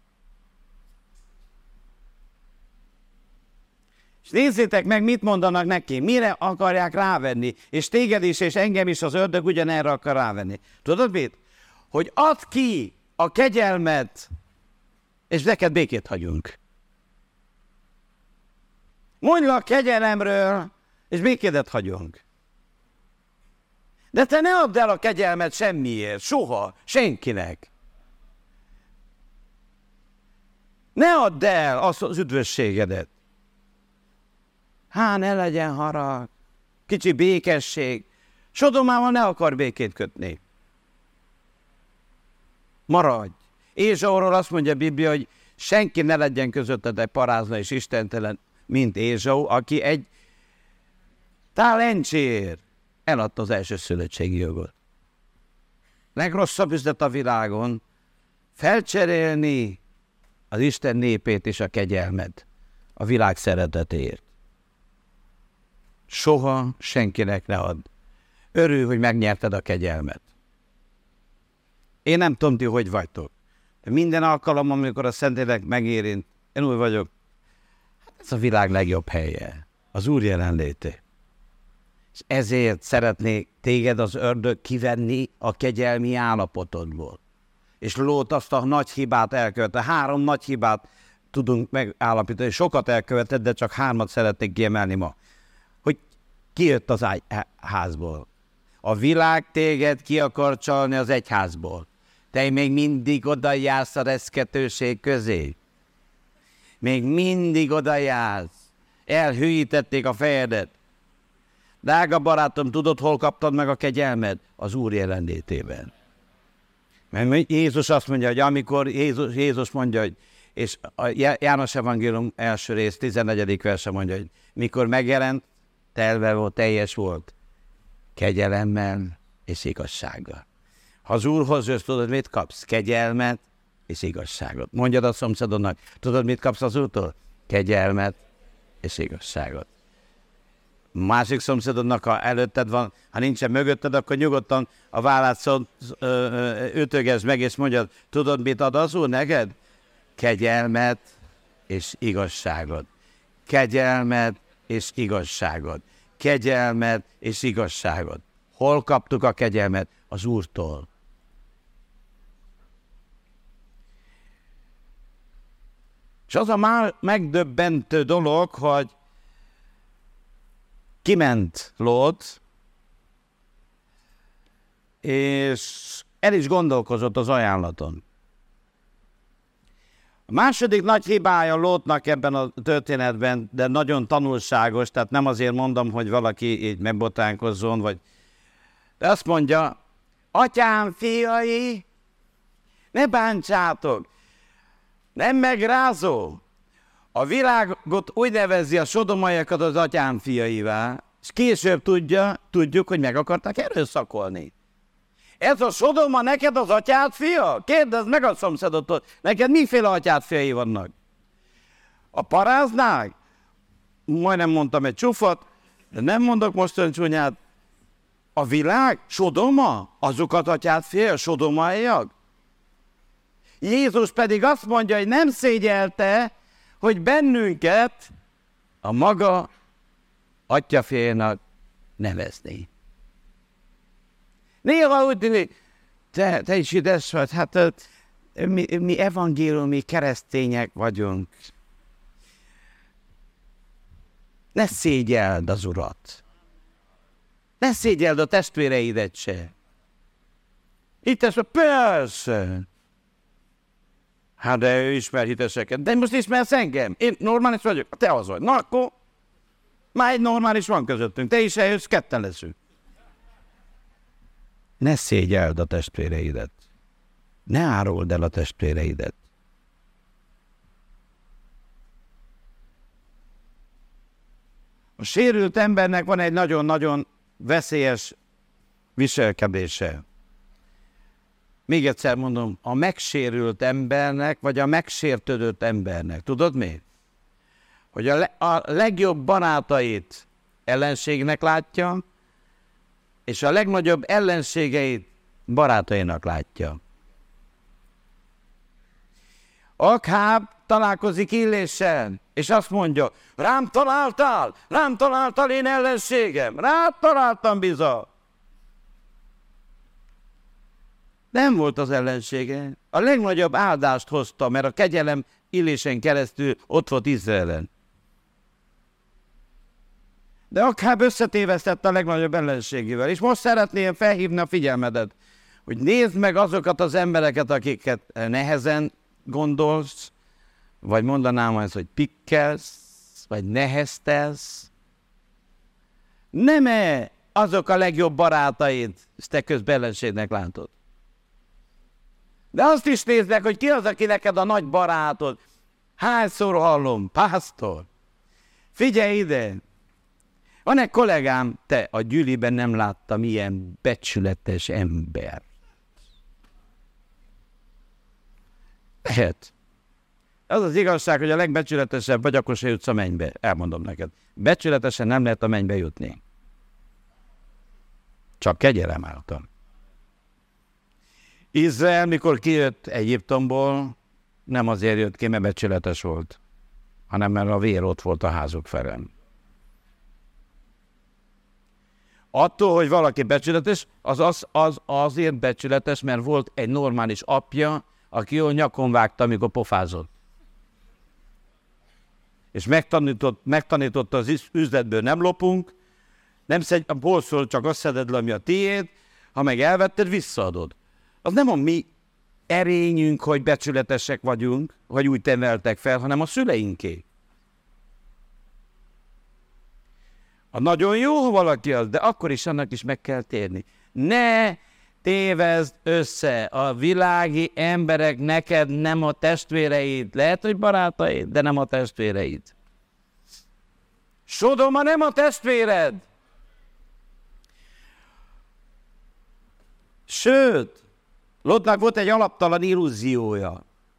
És nézzétek meg, mit mondanak neki, mire akarják rávenni. És téged is, és engem is az ördög ugyanerre akar rávenni. Tudod mit? Hogy add ki a kegyelmet, és neked békét hagyunk. Mondj le a kegyelemről, és békédet hagyunk. De te ne add el a kegyelmet semmiért, soha, senkinek. Ne add el azt az üdvösségedet. Ne legyen harag, kicsi békesség. Sodomával ne akar békét kötni. Maradj. Ézsauról azt mondja a Biblia, hogy senki ne legyen közöttetek parázna és istentelen, mint Ézsau, aki egy talencsért eladta az elsőszülöttségi jogot. Legrosszabb üzlet a világon felcserélni az Isten népét és a kegyelmet a világ szeretetéért. Soha senkinek ne add. Örülj, hogy megnyerted a kegyelmet. Én nem tudom, ti hogy vagytok. De minden alkalommal, amikor a Szentlélek megérint, én úgy vagyok, ez a világ legjobb helye, az Úr jelenléte. És ezért szeretnék téged az ördög kivenni a kegyelmi állapotodból. És Lót azt a nagy hibát elkövette. 3 nagy hibát tudunk megállapítani. Sokat elkövetett, de csak 3 szeretnék kiemelni ma. Hogy kijött az házból. A világ téged ki akar csalni az egyházból. Te még mindig oda jársz a reszketőség közé. Még mindig oda jársz. Elhűítették a fejedet. Drága barátom, tudod, hol kaptad meg a kegyelmed? Az Úr jelenlétében. Mert Jézus azt mondja, hogy amikor Jézus mondja, hogy, és a János Evangélium első rész 14. verse mondja, hogy mikor megjelent, telve volt, teljes volt, kegyelemmel és igazsággal. Ha az Úrhoz jössz, tudod, mit kapsz? Kegyelmet és igazságot. Mondjad a szomszédodnak, tudod, mit kapsz az Úrtól? Kegyelmet és igazságot. Másik szomszédodnak, ha előtted van, ha nincsen mögötted, akkor nyugodtan a vállát ütögesd meg, és mondjad, tudod, mit ad az Úr neked? Kegyelmet és igazságot. Kegyelmet és igazságot. Kegyelmet és igazságot. Hol kaptuk a kegyelmet? Az Úrtól. És az a már megdöbbentő dolog, hogy kiment Lót, és el is gondolkozott az ajánlaton. A második nagy hibája Lótnak ebben a történetben, de nagyon tanulságos, tehát nem azért mondom, hogy valaki így megbotánkozzon, vagy... De azt mondja, atyám fiai, ne bántsátok, nem megrázó. A világot úgy nevezi a sodomaiakat az atyám fiaivá, És később tudjuk, hogy meg akarták erőszakolni. Ez a Sodoma neked az atyád fia? Kérdezd meg a szomszédotól, neked miféle atyád fiai vannak? A paráznák? Majdnem mondtam egy csúfot, de nem mondok most olyan csúnyát. A világ? Sodoma? Azokat atyád fiai, sodomaiak? Jézus pedig azt mondja, hogy nem szégyelte, hogy bennünket a maga atyafénak nevezni. Néha úgy tűnik, te is üdes vagy, hát mi evangéliumi keresztények vagyunk. Ne szégyeld az Urat. Ne szégyeld a testvéreidet se. Hites, persze. Hát de ő ismer hiteseket. De most ismersz engem? Én normális vagyok? Te az vagy. Na akkor már egy normális van közöttünk. Te is eljössz, ketten leszünk. Ne szégyeld a testvéreidet. Ne árold el a testvéreidet. A sérült embernek van egy nagyon-nagyon veszélyes viselkedése. Még egyszer mondom, a megsérült embernek, vagy a megsértődött embernek. Tudod mi? Hogy a legjobb barátait ellenségnek látja, és a legnagyobb ellenségeit barátainak látja. Akháb találkozik Illéssel, és azt mondja, rám találtál én ellenségem, rád találtam bizony. Nem volt az ellensége. A legnagyobb áldást hozta, mert a kegyelem Illésen keresztül ott volt Izraelen. De Akháb összetévesztett a legnagyobb ellenségével. És most szeretném felhívni a figyelmedet, hogy nézd meg azokat az embereket, akiket nehezen gondolsz, vagy mondanám azt, hogy pikkelsz, vagy neheztelsz. Nem-e azok a legjobb barátaid, és te közben ellenségnek látod? De azt is nézd meg, hogy ki az, aki neked a nagy barátod. Hányszor hallom, pásztor, figyelj ide! Van egy kollégám, te a gyűliben nem láttam ilyen becsületes ember. Lehet. Az az igazság, hogy a legbecsületesebb vagy, akkor se jutsz a mennybe. Elmondom neked. Becsületesen nem lehet a mennybe jutni. Csak kegyelem által. Izrael, mikor kijött Egyiptomból, nem azért jött ki, mert becsületes volt, hanem mert a vér ott volt a házuk felem. Attól, hogy valaki becsületes, az azért becsületes, mert volt egy normális apja, aki jól nyakon vágta, amikor pofázott. És megtanította az üzletből nem lopunk, nem a bolszról csak azt szeded le, ami a tiéd, ha meg elvetted, visszaadod. Az nem a mi erényünk, hogy becsületesek vagyunk, vagy úgy neveltek fel, hanem a szüleinké. A nagyon jó, ha valaki az, de akkor is annak is meg kell térni. Ne tévezd össze, a világi emberek neked nem a testvéreid. Lehet, hogy barátaid, de nem a testvéreid. Sodoma nem a testvéred. Sőt, Lotnak volt egy alaptalan illúziója.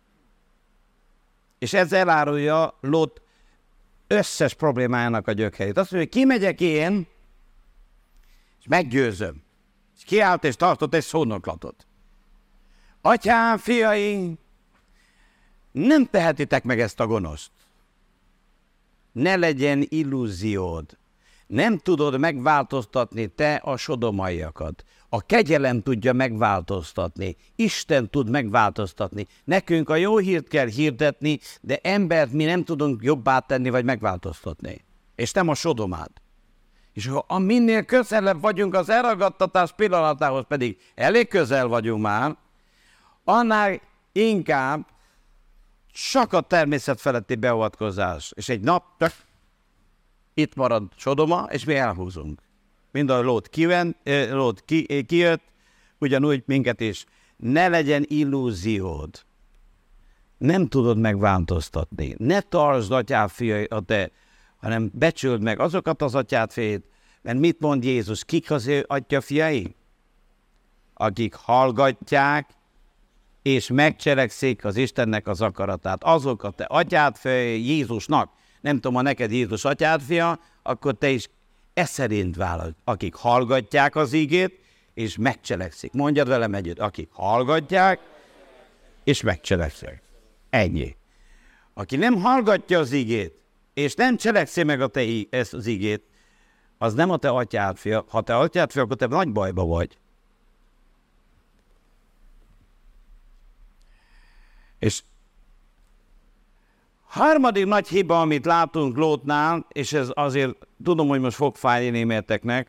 És ez elárulja Lot összes problémájának a gyökerét. Azt mondja, hogy kimegyek én, és meggyőzöm. És kiállt és tartott egy szónoklatot. Atyám, fiaim, nem tehetitek meg ezt a gonoszt. Ne legyen illúziód. Nem tudod megváltoztatni te a sodomaiakat. A kegyelem tudja megváltoztatni. Isten tud megváltoztatni. Nekünk a jó hírt kell hirdetni, de embert mi nem tudunk jobbá tenni, vagy megváltoztatni. És nem a Sodomát. És ha minél közelebb vagyunk az elragadtatás pillanatához, pedig elég közel vagyunk már, annál inkább csak a természet feletti beavatkozás. És egy nap itt marad Sodoma, és mi elhúzunk. Mind a Lót kijött, ugyanúgy minket is. Ne legyen illúziód. Nem tudod megváltoztatni. Ne tartsd atyád fiai a te, hanem becsüld meg azokat az atyád fiait, Mert mit mond Jézus? Kik az ő atyafiai? Akik hallgatják, és megcselekszik az Istennek az akaratát. Azok a te atyád fia Jézusnak. Nem tudom, ha neked Jézus atyád fia, akkor te is ez szerint vállalj. Akik hallgatják az igét, és megcselekszik. Mondjad velem együtt, akik hallgatják, és megcselekszik. Ennyi. Aki nem hallgatja az igét, és nem cselekszi meg ezt az igét, az nem a te atyád fia. Ha te atyád fia, akkor te nagy bajba vagy. És harmadik nagy hiba, amit látunk Lótnál, és ez azért tudom, hogy most fog fájni németeknek,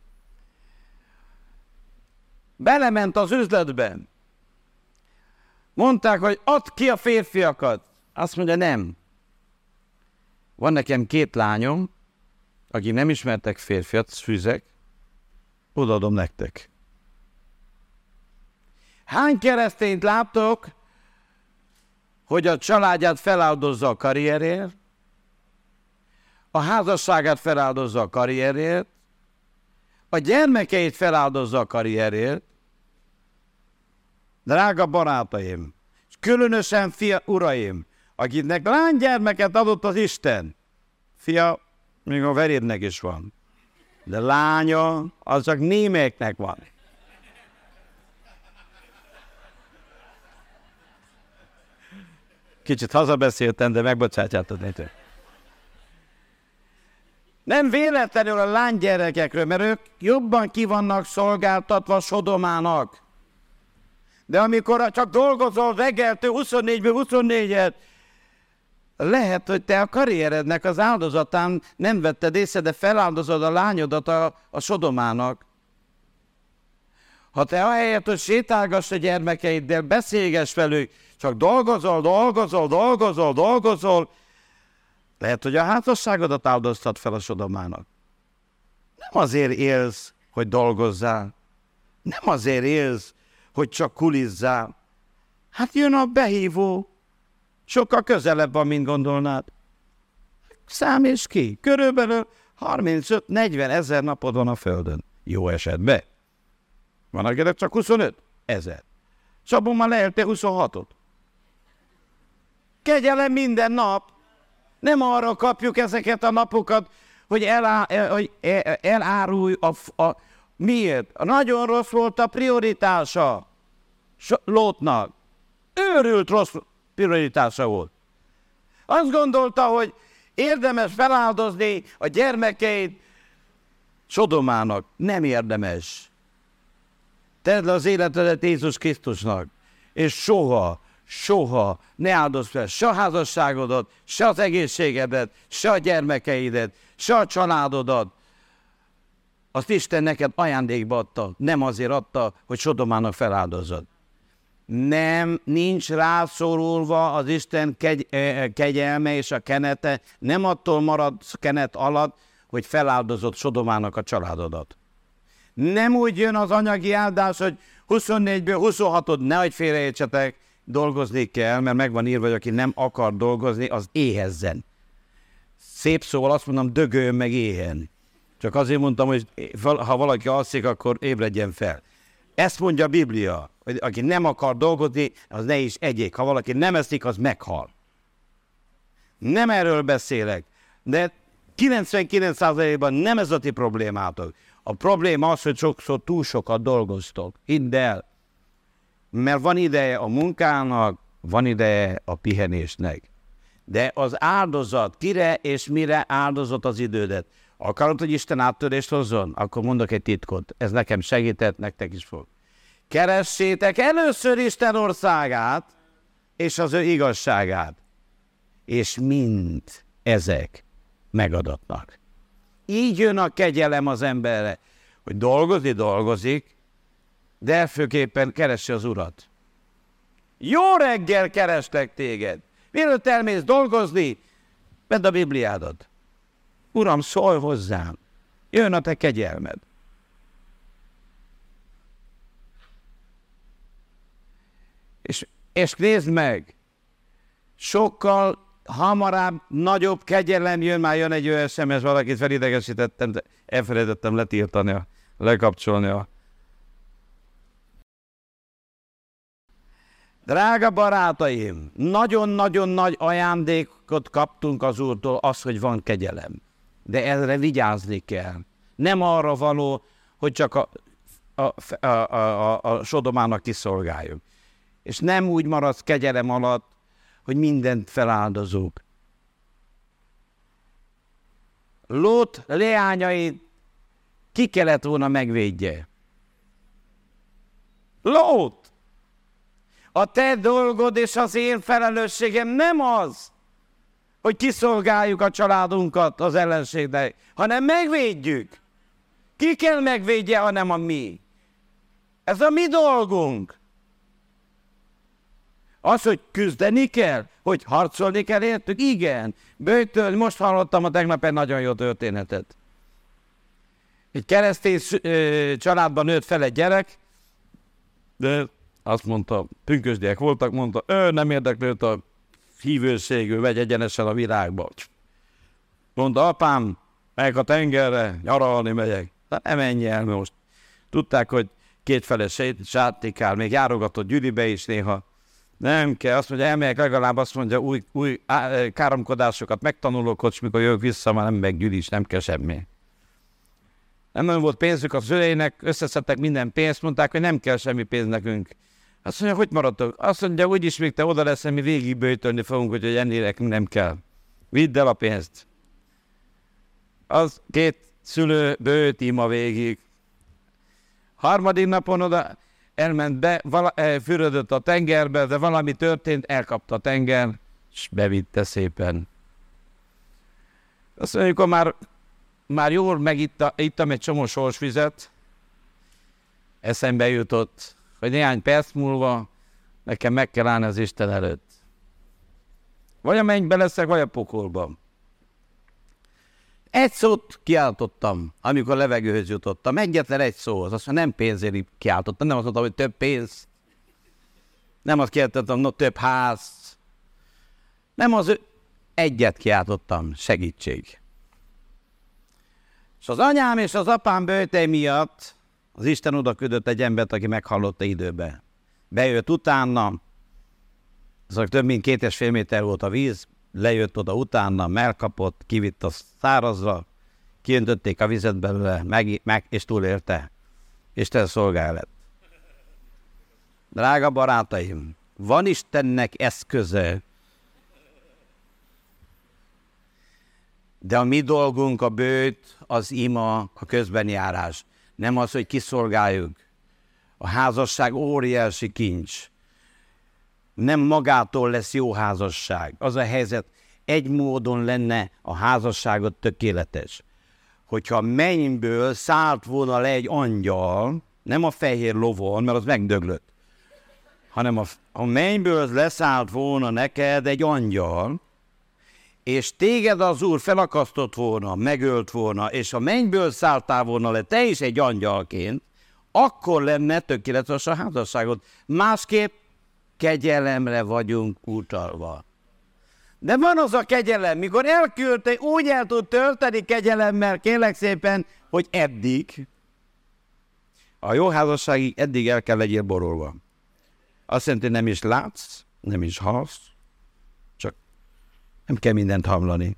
belement az üzletbe. Mondták, hogy add ki a férfiakat. Azt mondja, nem. Van nekem 2 lányom, akik nem ismertek férfiat, fűzek, odaadom nektek. Hány keresztényt láttok, hogy a családját feláldozza a karrierért, a házasságát feláldozza a karrierért, a gyermekeit feláldozza a karrierért? Drága barátaim, és különösen uraim, akiknek lánygyermeket adott az Isten. Fia, még a verédnek is van. De lánya, az csak némelyeknek van. Kicsit hazabeszéltem, de megbocsátjátok nektek. Nem véletlenül a lánygyerekekről, mert ők jobban ki vannak szolgáltatva Sodomának. De amikor csak dolgozol reggeltől 24-ből 24-et, lehet, hogy te a karrierednek az áldozatán nem vetted észre, de feláldozod a lányodat a Sodomának. Ha te ahelyett, hogy sétálgass a gyermekeiddel, beszélgess velük, csak dolgozol, lehet, hogy a házasságodat áldoztat fel a Sodomának. Nem azért élsz, hogy dolgozzál. Nem azért élsz, hogy csak kulizzál. Hát jön a behívó. Sokkal közelebb van, mint gondolnád. Számíts ki. Körülbelül 35-40 ezer napod van a Földön. Jó esetben. Van, akinek csak 25 ezer. És abban már leéltél 26-ot. Kegyelem minden nap. Nem arra kapjuk ezeket a napokat, hogy elárulj miért? Nagyon rossz volt a prioritása Lótnak. Őrült rossz prioritása volt. Azt gondolta, hogy érdemes feláldozni a gyermekeit Sodomának. Nem érdemes. Tedd le az életedet Jézus Krisztusnak, és soha ne áldozz fel se a házasságodat, se az egészségedet, se a gyermekeidet, se a családodat. Azt Isten neked ajándékba adta, nem azért adta, hogy Sodomának feláldozzad. Nincs rászorulva az Isten kegyelme és a kenete, nem attól maradsz kenet alatt, hogy feláldozott Sodomának a családodat. Nem úgy jön az anyagi áldás, hogy 24-ből 26-od, nehogy félreértsetek, dolgozni kell, mert megvan írva, hogy aki nem akar dolgozni, az éhezzen. Szép szóval azt mondom, dögöljön meg éhen. Csak azért mondtam, hogy ha valaki alszik, akkor ébredjen fel. Ezt mondja a Biblia, hogy aki nem akar dolgozni, az ne is egyék. Ha valaki nem eszik, az meghal. Nem erről beszélek, de 99%-ban nem ez a ti problémátok. A probléma az, hogy sokszor túl sokat dolgoztok. Hidd el. Mert van ideje a munkának, van ideje a pihenésnek. De az áldozat, kire és mire áldozott az idődet? Akarod, hogy Isten áttörést hozzon? Akkor mondok egy titkot. Ez nekem segített, nektek is fog. Keressétek először Isten országát, és az ő igazságát. És mind ezek megadatnak. Így jön a kegyelem az emberre, hogy dolgozik, de főképpen keresse az Urat. Jó reggel kerestek téged. Mielőtt elmész dolgozni, vedd a Bibliádat. Uram, szólj hozzám. Jön a te kegyelmed. És nézd meg, sokkal hamarabb, nagyobb kegyelem jön, már jön egy olyan SMS, valakit felidegesítettem, de elfelejtettem letiltani, lekapcsolni a... Drága barátaim, nagyon-nagyon nagy ajándékot kaptunk az Úrtól, az, hogy van kegyelem. De erre vigyázni kell. Nem arra való, hogy csak a Sodomának kiszolgáljuk. És nem úgy maradsz kegyelem alatt, hogy mindent feláldozunk. Lót leányait ki kellett volna megvédje. Lót! A te dolgod és az én felelősségem nem az, hogy kiszolgáljuk a családunkat az ellenségnek, hanem megvédjük. Ki kell megvédje, hanem a mi. Ez a mi dolgunk. Az, hogy küzdeni kell, hogy harcolni kell értük, igen. Bőjtől, most hallottam a tegnap egy nagyon jó történetet. Egy keresztény családban nőtt fel egy gyerek, de azt mondta, pünkösdiek voltak, mondta, nem érdeklőt a hívőségű, megy egyenesen a világba. Mondta, apám, megyek a tengerre, nyaralni megyek. De nem menj el most. Tudták, hogy kétfele sátikál, még járogatott Gyülibe is néha. Nem kell, azt mondja, elmegyek legalább, azt mondja, új káromkodásokat megtanulok, hogy mikor jövök vissza, már nem meg Gyüli, nem kell semmi. Nem volt pénzük a szüleinek, összeszedtek minden pénzt, mondták, hogy nem kell semmi pénz nekünk. Azt mondja, hogy maradtok? Azt mondja, úgyis még te oda leszel, mi végig böjtölni fogunk, hogy ennél nekünk nem kell. Vidd el a pénzt. Az két szülő bőt ima végig. Harmadik napon oda elment be, fürödött a tengerbe, de valami történt, elkapta a tenger, és bevitte szépen. Azt mondja, amikor már jól megittam egy csomó sorsvizet, eszembe jutott, hogy néhány perc múlva nekem meg kell állni az Isten előtt. Vagy a mennybe leszek, vagy a pokolban. Egy szót kiáltottam, amikor levegőhöz jutottam. Egyetlen egy szó, az azt mondja, nem pénzért kiáltottam, nem azt mondtam, hogy több pénz. Nem azt kiáltottam, no, több ház. Nem az egyet kiáltottam, segítség. És az anyám és az apám böjtei miatt az Isten oda küldött egy embert, aki meghallotta időbe. Bejött utána, azok több mint 2,5 méter volt a víz, lejött oda utána, elkapott, kivitt a szárazra, kiöntötték a vizet belőle, és túlélte. Isten szolgálat. Drága barátaim, van Istennek eszköze, de a mi dolgunk a bőt, az ima, a közbenjárás. Nem az, hogy kiszolgáljuk. A házasság óriási kincs. Nem magától lesz jó házasság. Az a helyzet, egy módon lenne a házasságot tökéletes. Hogyha mennyből szállt volna le egy angyal, nem a fehér lovon, mert az megdöglött, hanem a mennyből leszállt volna neked egy angyal, és téged az Úr felakasztott volna, megölt volna, és a mennyből szálltál volna le te is egy angyalként, akkor lenne tökéletes a házasságot. Másképp kegyelemre vagyunk utalva. De van az a kegyelem, mikor elküldte, úgy el tud tölteni kegyelemmel, kérlek szépen, hogy eddig. A jó házasságig eddig el kell legyél borolva. Azt jelenti, nem is látsz, nem is hallsz, csak nem kell mindent hallani.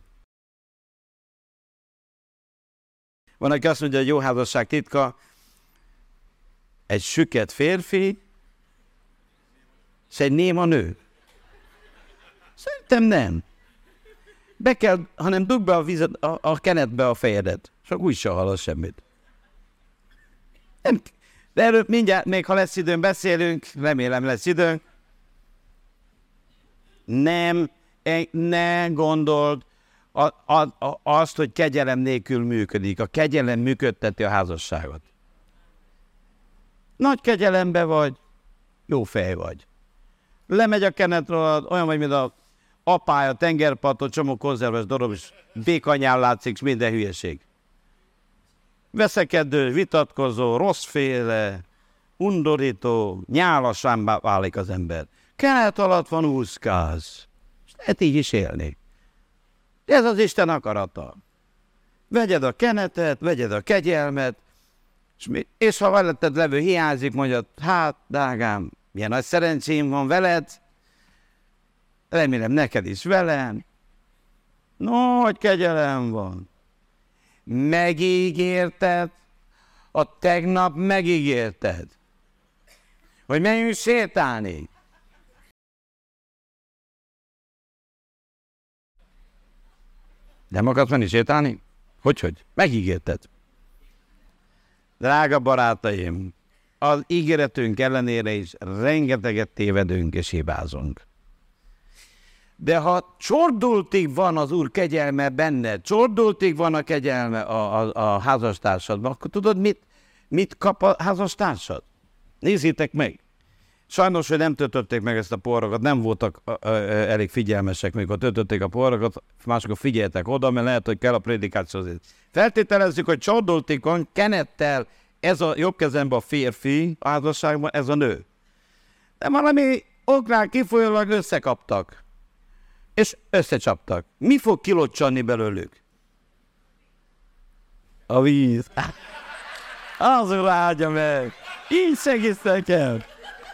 Van, aki azt mondja, hogy jó házasság titka, egy süket férfi, és egy néma nő. Szerintem nem. Hanem dugd be a vizet, a kenetbe a fejedet, és akkor úgy sem hallasz semmit. Nem. De erről mindjárt, még ha lesz időn, beszélünk, remélem lesz időnk. Ne gondold azt, hogy kegyelem nélkül működik. A kegyelem működteti a házasságot. Nagy kegyelembe vagy, jó fej vagy. Lemegy a kenetről, olyan vagy, mint a apája, tengerparton, csomó konzerves darab, és békanyál látszik, és minden hülyeség. Veszekedő, vitatkozó, rosszféle, undorító, nyálasán válik az ember. Kenet alatt van úszkáz. És lehet így is élni. Ez az Isten akarata. vegyed a kenetet, vegyed a kegyelmet, és ha veletted levő hiányzik, mondjad, hát, drágám, milyen nagy szerencsém van veled, remélem neked is velem, nagy kegyelem van. Megígérted, a tegnap megígérted, hogy menjünk sétálni. Nem akarsz menni sétálni? Hogy? Megígérted. Drága barátaim, az ígéretünk ellenére is rengeteget tévedünk és hibázunk. De ha csordultig van az Úr kegyelme benned, csordultig van a kegyelme a házastársadban, akkor tudod, mit kap a házastársad? Nézzétek meg! Sajnos, hogy nem töltötték meg ezt a porrokat, nem voltak elég figyelmesek, mikor töltötték a porrokat, máskor figyeltek oda, mert lehet, hogy kell a prédikáció. Feltételezzük, hogy csordultig van kenettel ez a jobb kezemben a férfi a házasságban, ez a nő. De valami oknál kifolyólag összekaptak. És összecsaptak. Mi fog kilocsanni belőlük? A víz. Az Úr áldja meg. Így segítstek el.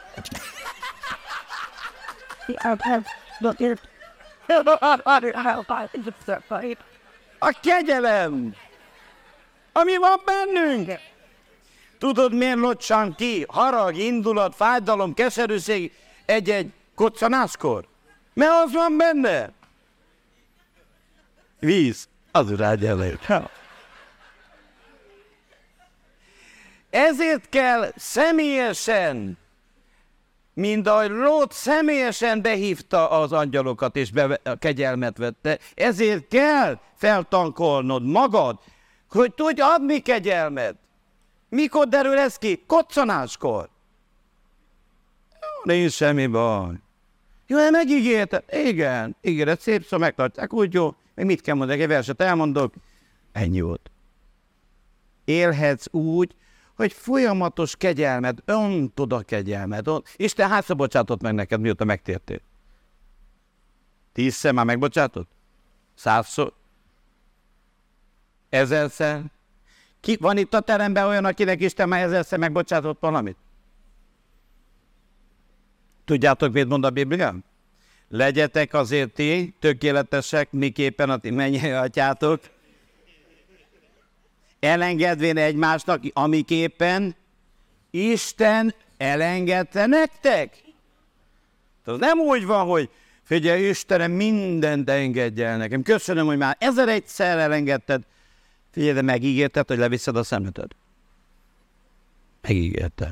A kegyelem, ami van bennünk. Tudod, miért locsan ki? Harag, indulat, fájdalom, keserűség egy-egy koccanáskor? Mert az van benne. Víz, az Úr áldja meg. Ezért kell személyesen, mint ahogy Lót személyesen behívta az angyalokat, és a kegyelmet vette, ezért kell feltankolnod magad, hogy tudj adni kegyelmet. Mikor derül ez ki? Koccanáskor. Nincs semmi baj. Jó, megígérted? Igen, ígéret szép, szóval megtartják, úgy jó. Még mit kell mondani, egy verset elmondok. Ennyi volt. Élhetsz úgy, hogy folyamatos kegyelmet, öntod a kegyelmet. Isten hányszor bocsátott meg neked, mióta megtértél? 10-szer már megbocsátott? 100-szor? 1000-szer? Van itt a teremben olyan, akinek Isten már 1000-szer megbocsátott valamit? Tudjátok, mit mond a Biblia? Legyetek azért ti tökéletesek, miképpen a ti mennyei atyátok, elengedvén egymásnak, amiképpen Isten elengedte nektek. Tehát nem úgy van, hogy figyelj, Istenem, mindent engedj el nekem. Köszönöm, hogy már 1001-szer elengedted. Figyelj, de megígérted, hogy leviszed a szemeted. Megígérted.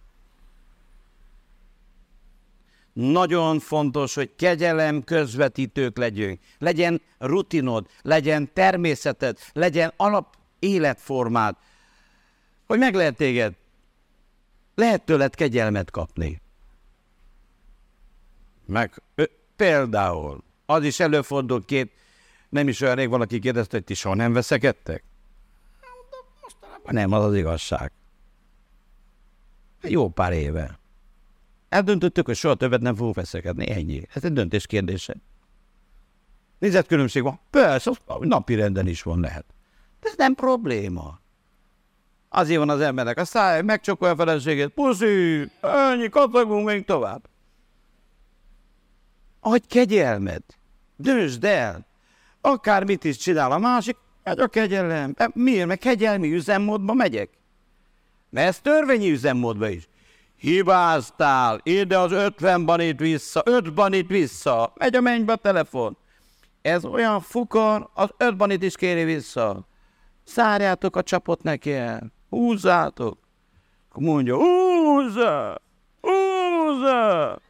Nagyon fontos, hogy kegyelem közvetítők legyünk. Legyen rutinod, legyen természeted, legyen alap életformád, hogy meg lehet téged, lehet tőled kegyelmet kapni. Meg például, az is előfordul nem is olyan rég valaki kérdezte, hogy ti soha nem veszekedtek? Mostanában nem, az az igazság. Jó pár éve. Eldöntöttük, hogy soha többet nem fogunk veszekedni, ennyi. Ez egy döntés kérdése. Nézetkülönbség van? Persze, napi renden is van, lehet. De ez nem probléma. Azért van az embernek a száj, megcsokolja a feleségét, puszi, ennyi, kattogunk még tovább. Adj kegyelmet, döntsd el. Akármit is csinál a másik, megy a kegyelem. Miért? Meg kegyelmi üzemmódba megyek. Mert ez törvényi üzemmódba is. Hibáztál, ide az 50 banit vissza, 5 banit vissza, megy a mennybe a telefon. Ez olyan fukar, az 5 banit is kéri vissza. Szárjátok a csapot neki el, húzzátok. Akkor mondja, húzza, húzza.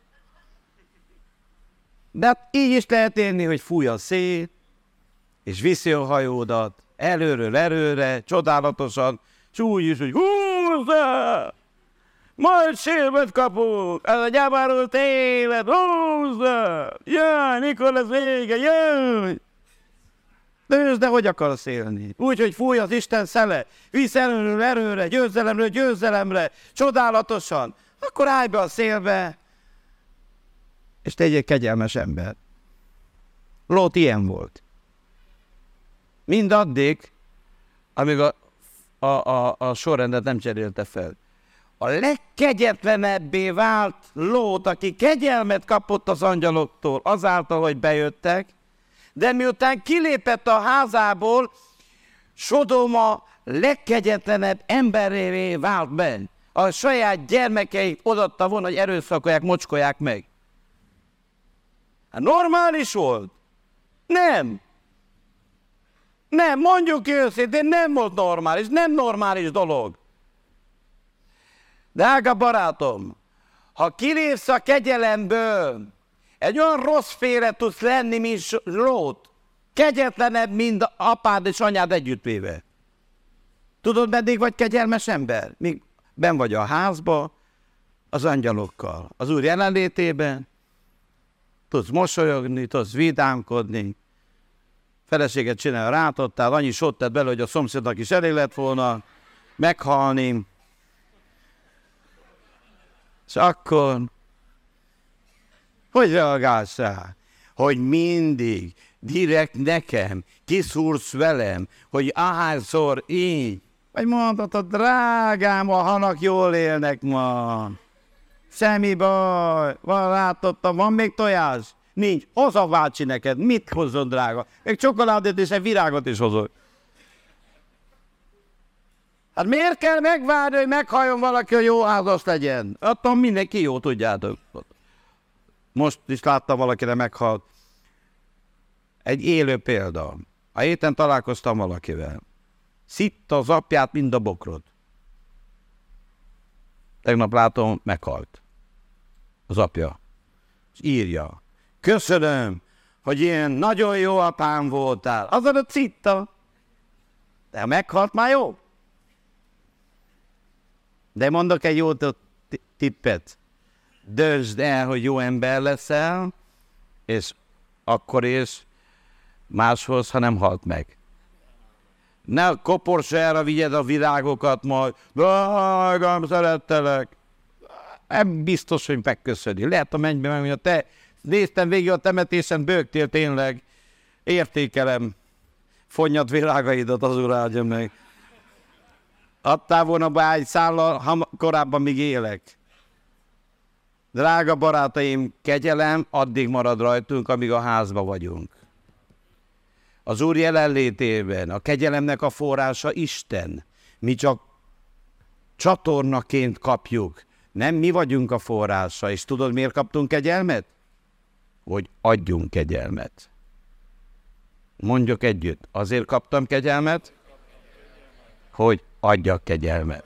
De hát így is lehet élni, hogy fúj a szél, és viszi a hajódat előről erőre, csodálatosan, és úgy is, hogy húzza. Majd sérvet kapunk, ez a gyávárolt élet, húzza! Jaj, mikor lesz vége, jaj! De hogy akarsz élni? Úgy, hogy fúj az Isten szele, visz előről erőre, győzelemről győzelemre, csodálatosan, akkor állj be a szélbe, és te egy kegyelmes ember. Lót ilyen volt. Mindaddig, amíg a sorrendet nem cserélte fel. A legkegyetlenebbé vált Lót, aki kegyelmet kapott az angyaloktól azáltal, hogy bejöttek, de miután kilépett a házából, Sodoma legkegyetlenebb emberévé vált be. A saját gyermekeit odaadta volna, hogy erőszakolják, mocskolják meg. Hát normális volt? Nem. Nem, mondjuk őszintén, nem volt normális, nem normális dolog. Drága barátom, ha kilépsz a kegyelemből, egy olyan rossz félre tudsz lenni, mint Lót, kegyetlenebb, mint apád és anyád együttvéve. Tudod, meddig vagy kegyelmes ember? Míg benn vagy a házba, az angyalokkal, az Úr jelenlétében, tudsz mosolyogni, tudsz vidámkodni, feleséget csinálni, rátadtál, annyi sót tett bele, hogy a szomszédnak is elég lett volna meghalni. És akkor, hogy reagálsz rá? Hogy mindig, direkt nekem, kiszúrsz velem, hogy ahányszor így, vagy mondhatod, drágám, a hanak jól élnek ma. Semmi baj, látottam, van még tojás? Nincs. Hoz a bácsi neked, mit hozzon, drága? Még csokoládét és egy virágot is hozol. Hát miért kell megvárni, hogy meghalljon valaki, hogy jó házas legyen? Attól mindenki jó, tudjátok. Most is láttam valakire meghalt. Egy élő példa. A héten találkoztam valakivel. Szitta az apját, mind a bokrot. Tegnap látom, meghalt. Az apja. És írja. Köszönöm, hogy ilyen nagyon jó apám voltál. Azon a citta. De ha meghalt, már jó. De mondok egy jó tippet. Döntsd el, hogy jó ember leszel, és akkor is máshoz, ha nem halt meg. Ne koporsára vigyed a virágokat majd. Drágám, szerettelek. Nem biztos, hogy megköszöni. Lehet a mennybe megmondja, te néztem végig a temetésen, bőgtél tényleg. Értékelem. Fonnyat virágaidat, az Úr áldja meg. Adtál volna be egy szállal, korábban még élek. Drága barátaim, kegyelem addig marad rajtunk, amíg a házba vagyunk. Az Úr jelenlétében, a kegyelemnek a forrása Isten. Mi csak csatornaként kapjuk. Nem mi vagyunk a forrása. És tudod, miért kaptunk kegyelmet? Hogy adjunk kegyelmet. Mondjuk együtt. Azért kaptam kegyelmet, hogy adjak kegyelmet.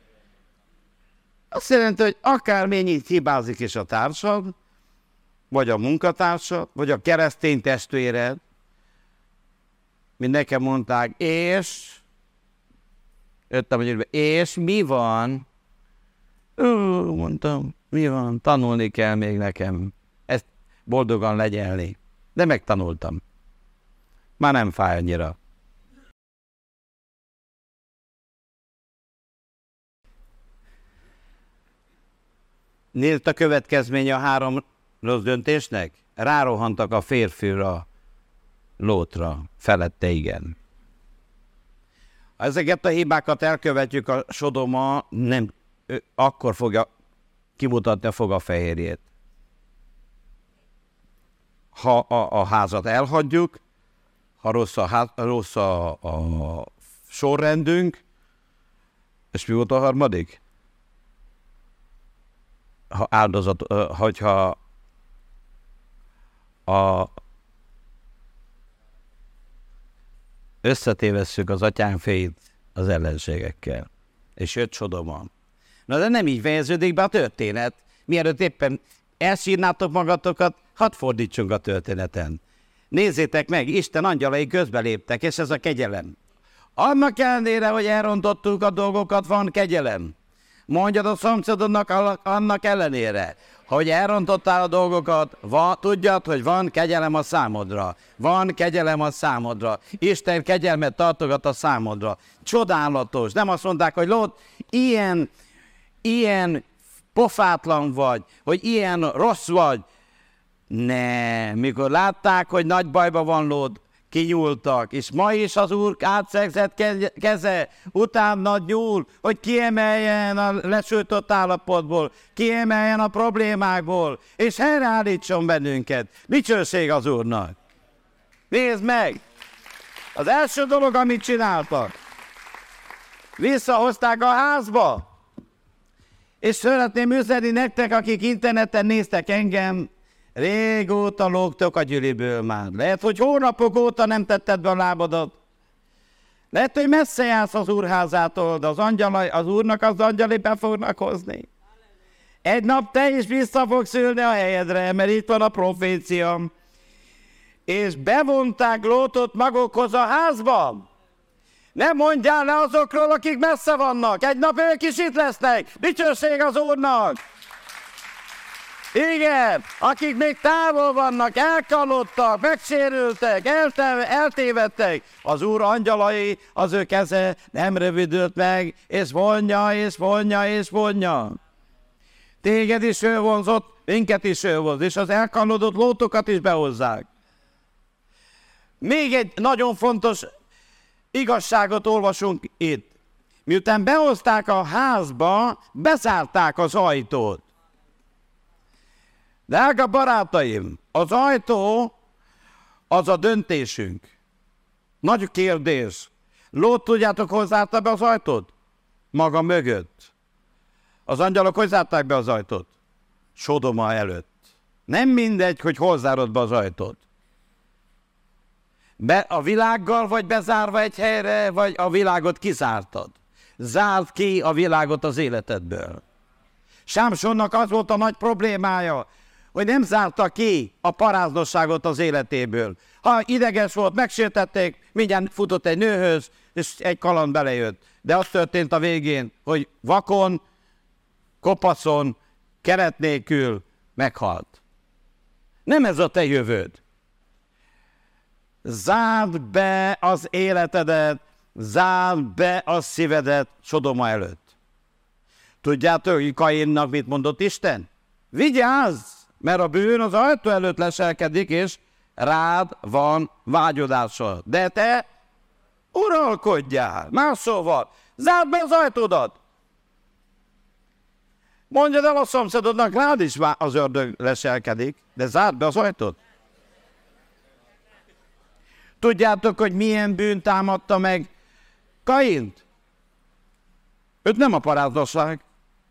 Azt jelenti, hogy akármennyit hibázik is a társad, vagy a munkatársad, vagy a keresztény testvéred, mint nekem mondták, és mi van? Mondtam, mi van? Tanulni kell még nekem. Ezt boldogan legyelni. De megtanultam. Már nem fáj annyira. Nézd a következménye a 3 rossz döntésnek? Rárohantak a férfira, Lótra, felette igen. Ha ezeket a hibákat elkövetjük, a Sodoma nem, akkor fogja kimutatni a fogafehérjét. Ha a házat elhagyjuk, ha rossz a sorrendünk, és mi volt a harmadik? Ha áldozat, hogyha összetévesszük az atyánfét az ellenségekkel. És jött Sodoma. Na de nem így fejeződik be a történet. Mielőtt éppen elsírnátok magatokat, hadd fordítsunk a történeten. Nézzétek meg, Isten angyalai közbeléptek, és ez a kegyelem. Annak ellenére, hogy elrontottuk a dolgokat, van kegyelem. Mondjad a szomszédodnak annak ellenére, hogy elrontottál a dolgokat, tudjad, hogy van kegyelem a számodra. Van kegyelem a számodra. Isten kegyelmet tartogat a számodra. Csodálatos. Nem azt mondták, hogy Lót, ilyen pofátlan vagy, hogy ilyen rossz vagy. Nem. Mikor látták, hogy nagy bajban van Lót, kinyúltak, és ma is az Úr átszegzett keze utána nyúl, hogy kiemeljen a lesújtott állapotból, kiemeljen a problémákból, és helyreállítson bennünket. Dicsőség az Úrnak! Nézd meg! Az első dolog, amit csináltak, visszahozták a házba, és szeretném üzenni nektek, akik interneten néztek engem, régóta lógtok a gyűliből már. Lehet, hogy hónapok óta nem tetted be a lábadat. Lehet, hogy messze jársz az úrházától, de az Úrnak az angyali be fognak hozni. Egy nap te is vissza fogsz ülni a helyedre, mert itt van a profécia. És bevonták Lótot magukhoz a házba. Nem mondjál le azokról, akik messze vannak. Egy nap ők is itt lesznek. Dicsőség az Úrnak! Igen, akik még távol vannak, elkallottak, megsérültek, eltévedtek, az Úr angyalai, az ő keze nem rövidült meg, és vonja, és vonja, és vonja. Téged is ő vonzott, minket is ő vonz, és az elkallodott Lótokat is behozzák. Még egy nagyon fontos igazságot olvasunk itt. Miután behozták a házba, bezárták az ajtót. Drága barátaim, az ajtó az a döntésünk. Nagy kérdés. Lót, tudjátok, hol zárta be az ajtót? Maga mögött. Az angyalok hogy zárták be az ajtót? Sodoma előtt. Nem mindegy, hogy hol zárod be az ajtót. A világgal vagy bezárva egy helyre, vagy a világot kizártad. Zárd ki a világot az életedből. Sámsonnak az volt a nagy problémája, hogy nem zárta ki a paráznosságot az életéből. Ha ideges volt, megsértették, mindjárt futott egy nőhöz, és egy kaland belejött. De az történt a végén, hogy vakon, kopaszon, keret nélkül meghalt. Nem ez a te jövőd. Zárd be az életedet, zárd be a szívedet Sodoma előtt. Tudjátok, hogy Kainnak mit mondott Isten? Vigyázz, mert a bűn az ajtó előtt leselkedik, és rád van vágyodása. De te uralkodjál. Más szóval, zárd be az ajtódat. Mondjad el a szomszédodnak, rád is az ördög leselkedik, de zárd be az ajtót. Tudjátok, hogy milyen bűn támadta meg Kaint? Őt nem a paráznosság,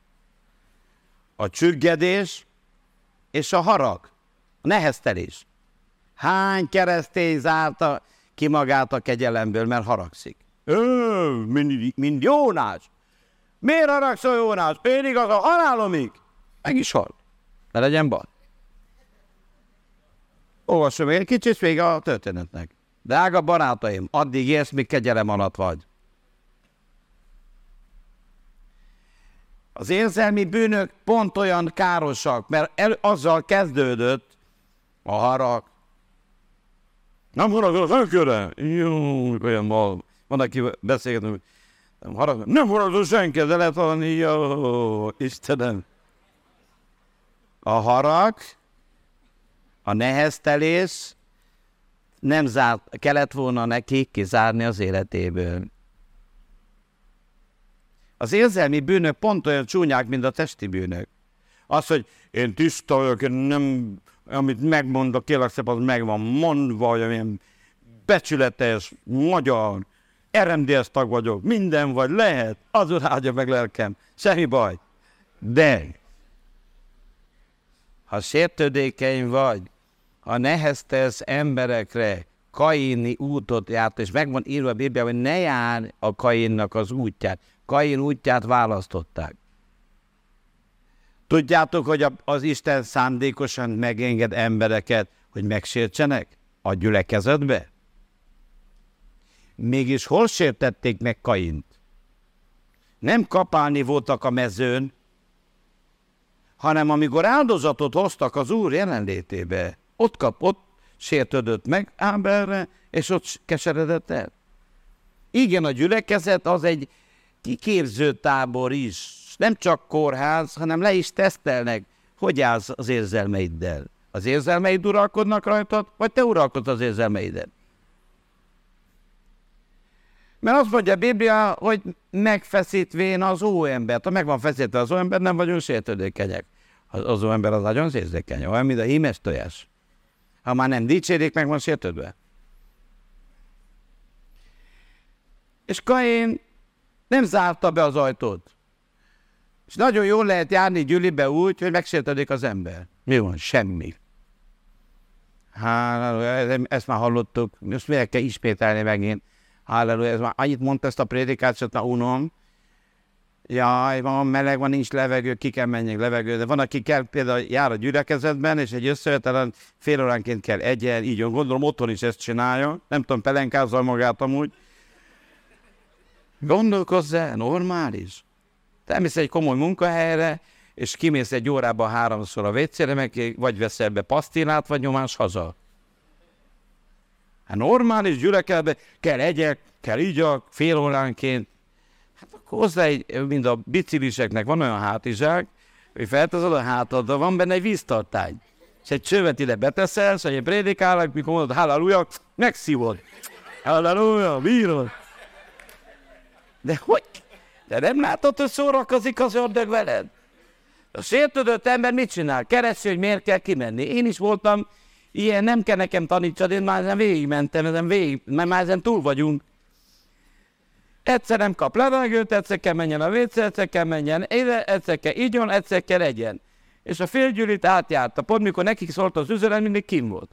a csüggedés és a harag, a neheztelés. Hány keresztény zárta ki magát a kegyelemből, mert haragszik? Mind Jónás. Miért haragszol, Jónás? Pedig az a halálomig. Meg is halt. Ne legyen baj. Olvasom még egy kicsit vége a történetnek. Drága barátaim, addig érsz, míg kegyelem alatt vagy. Az érzelmi bűnök pont olyan károsak, mert azzal kezdődött a harag. Nem haragol az önkörre? Jó, olyan van, aki beszélgetünk, nem haragol senki, de lehet valami, jó, Istenem. A harag, a neheztelés nem kellett volna neki kizárni az életéből. Az érzelmi bűnök pont olyan csúnyák, mint a testi bűnök. Az, hogy én tiszta vagyok, én nem, amit megmondok, kérlek szépen, az meg van mondva, vagy olyan becsületes, magyar, RMDS tag vagyok, minden vagy, lehet, az Úr áldja meg lelkem, semmi baj. De, ha sértődékeny vagy, ha neheztelsz emberekre, Kaini útot járt, és meg van írva a Bibliában, hogy ne járj a Kainnak az útját. Kain útját választották. Tudjátok, hogy az Isten szándékosan megenged embereket, hogy megsértsenek a gyülekezetbe? Mégis hol sértették meg Kaint? Nem kapálni voltak a mezőn, hanem amikor áldozatot hoztak az Úr jelenlétébe, ott sértődött meg Ábelre, és ott keseredett el. Igen, a gyülekezet az egy kiképző tábor is. Nem csak kórház, hanem le is tesztelnek, hogy állsz az érzelmeiddel. Az érzelmeid uralkodnak rajtad, vagy te uralkodsz az érzelmeiden? Mert azt mondja a Biblia, hogy megfeszítvén az óembert. Ha meg van feszítve az óember, nem vagyunk sértődékenyek. Az óember az nagyon érzékeny, olyan, mint a hímes tojás. Ha már nem dicsérik, meg van sértődve. És Kain nem zárta be az ajtót. És nagyon jól lehet járni gyűlibe úgy, hogy megsértődik az ember. Mi van? Semmi. Halleluja, ezt már hallottuk, most miért kell ismételni megint. Halleluja, ez már annyit mondta ezt a prédikációt, na unom. Jaj, van meleg, van, nincs levegő, ki kell menjek levegő. De van, aki kell, például jár a gyülekezetben, és egy összejövetelen fél óránként kell egyen, így van, gondolom otthon is ezt csinálja. Nem tudom, pelenkázza magát amúgy. Gondolkozz el, normális. Te elmész egy komoly munkahelyre, és kimész egy órában 3-szor a WC-re, meg vagy veszel be pasztillát, vagy nyomás haza. Hát normális gyülekezetben kell egyek, kell igyak, fél óránként. Hát akkor hozzá egy, mint a bicikliseknek van olyan hátizsák, hogy felteszed a hátadra, van benne egy víztartály. És egy csövet ide beteszel, és egy prédikálnak, mikor mondod, halleluja, megszívod. Halleluja, bírod. De hogy? De nem látod, hogy szórakozik az ördög veled? A sértődött ember mit csinál? Keresi, hogy miért kell kimenni. Én is voltam ilyen, nem kell nekem tanítsad, én már ezen végigmentem, mert már ezen túl vagyunk. Egyszer nem kap levegőt, egyszer kell menjen a WC, egyszer kell menjen ide, egyszer kell igyon, egyszer kell egyen. És a félgyűlit átjárta. Pont mikor nekik szólt az üzenet, mindig kim volt.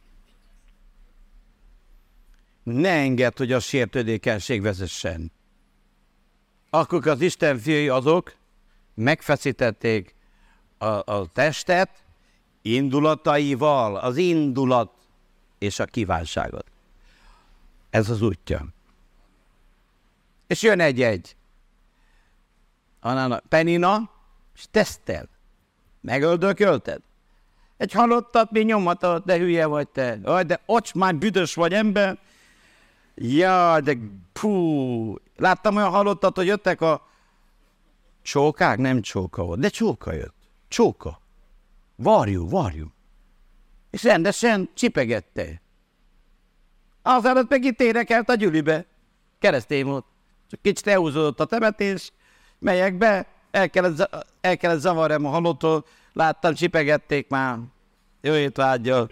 Ne engedd, hogy a sértődékenység vezessen. Akkor az Isten fiai azok megfeszítették a testet indulataival, az indulat és a kívánságot. Ez az útja. És jön egy-egy. Penina, és tesztel. Megöldökölted. Egy halottat, mi nyomatod, de hülye vagy te. Aj, de ocs, már büdös vagy ember. Ja, de pú. Láttam olyan halottat, hogy jöttek a csókák, nem csóka volt, de csóka jött. Csóka. Varjú. És rendesen csipegette. Az előtt meg itt énekelt a gyülibe. Keresztény volt. Csak kicsit elhúzódott a temetés, megyek be, el kellett zavarjam a halottól, láttam, csipegették már. Jó étvágyal.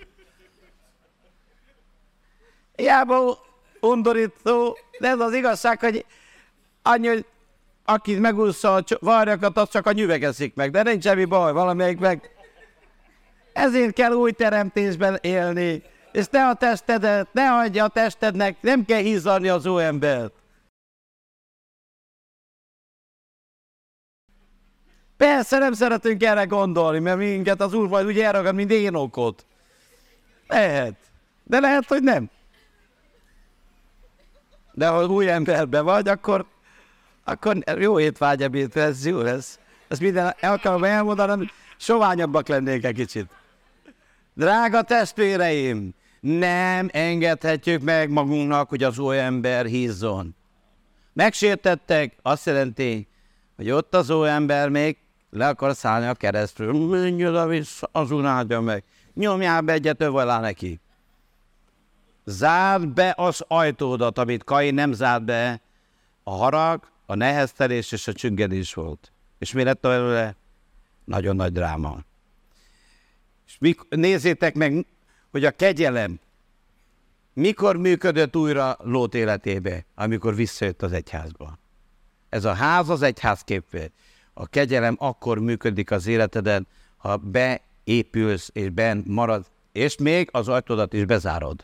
Hiába undorító, de ez az igazság, hogy annyi, hogy aki megúszza a varjakat, az csak a nyüveg eszik meg, de nincs semmi baj, valamelyik meg. Ezért kell új teremtésben élni, és ne a testedet, ne hagyja a testednek, nem kell hízzani az óembert. Persze nem szeretünk erre gondolni, mert minket az Úr majd úgy elragad, mint Énokot. Lehet, de lehet, hogy nem. De ha új emberben vagy, akkor jó étvágyabét, ez jó lesz. Ezt minden alkalommal elmondanom, soványabbak lennék egy kicsit. Drága testvéreim, nem engedhetjük meg magunknak, hogy az óember hízzon. Megsértettek, azt jelenti, hogy ott az óember még le akar szállni a keresztről. Menj oda vissza, az Úr áldja meg. Nyomjál be egyet alá neki. Zárd be az ajtódat, amit Kain nem zárt be. A harag, a neheztelés és a csüggedés volt. És mi lett belőle? Nagyon nagy dráma. És nézzétek meg, hogy a kegyelem mikor működött újra Lót életébe, amikor visszajött az egyházba. Ez a ház az egyház képvé. A kegyelem akkor működik az életeden, ha beépülsz és benn marad, és még az ajtódat is bezárod.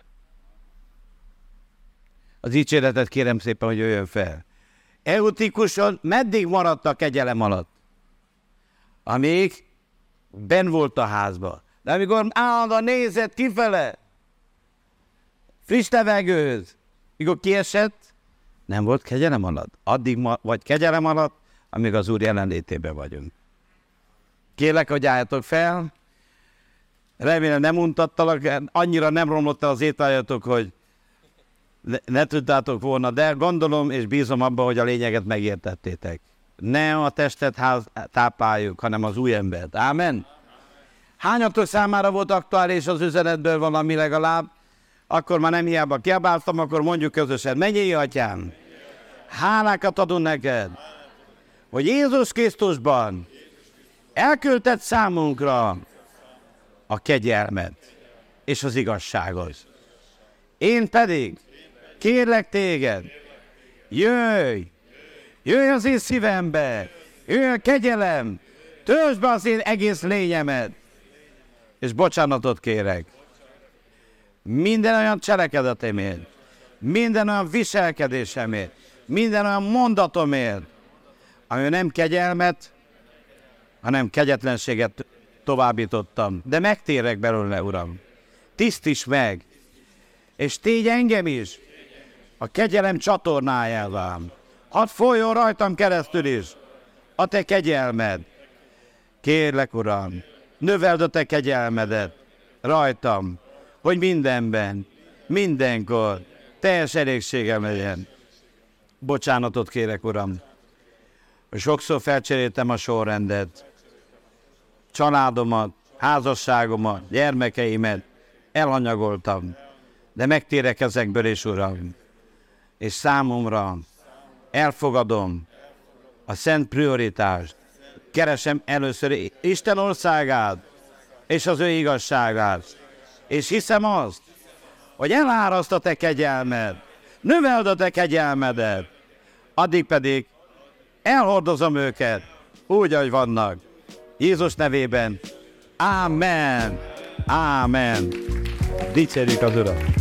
Az dicséretet kérem szépen, hogy jöjjön fel. Eutikuson meddig maradt a kegyelem alatt? Amíg benn volt a házba. De amikor állandóan nézett kifele, friss levegőhöz, mikor kiesett, nem volt kegyelem alatt. Addig vagy kegyelem alatt, amíg az Úr jelenlétében vagyunk. Kérlek, hogy álljatok fel. Remélem nem untattalak, annyira nem romlott el az étvágyatok, hogy ne tudtátok volna, de gondolom és bízom abban, hogy a lényeget megértettétek. Ne a testet tápláljuk, hanem az új embert. Ámen? Hányatok számára volt aktuális az üzenetből valami legalább? Akkor már nem hiába kiabáltam, akkor mondjuk közösen, menjél, atyám! Hálákat adunk neked, hogy Jézus Krisztusban elküldted számunkra a kegyelmet és az igazságot. Én pedig kérlek téged, jöjj az én szívembe, jöjj a kegyelem, töltsd be az én egész lényemet, és bocsánatot kérek. Minden olyan cselekedetemért, minden olyan viselkedésemért, minden olyan mondatomért, ami nem kegyelmet, hanem kegyetlenséget továbbítottam. De megtérek belőle, Uram. Tisztíts meg, és tégy engem is a kegyelem csatornájává. Hadd folyjon rajtam keresztül is a te kegyelmed. Kérlek, Uram, növeld a te kegyelmedet rajtam, hogy mindenben, mindenkor teljes elégségem legyen. Bocsánatot kérek, Uram. Sokszor felcseréltem a sorrendet, családomat, házasságomat, gyermekeimet elhanyagoltam, de megtérek ezekből is, Uram. És számomra elfogadom a szent prioritást. Keresem először Isten országát és az ő igazságát. És hiszem azt, hogy eláraszt a te kegyelmed, növeld a te kegyelmedet, addig pedig elhordozom őket úgy, ahogy vannak. Jézus nevében. Ámen. Ámen. Dicsérjük az Urat.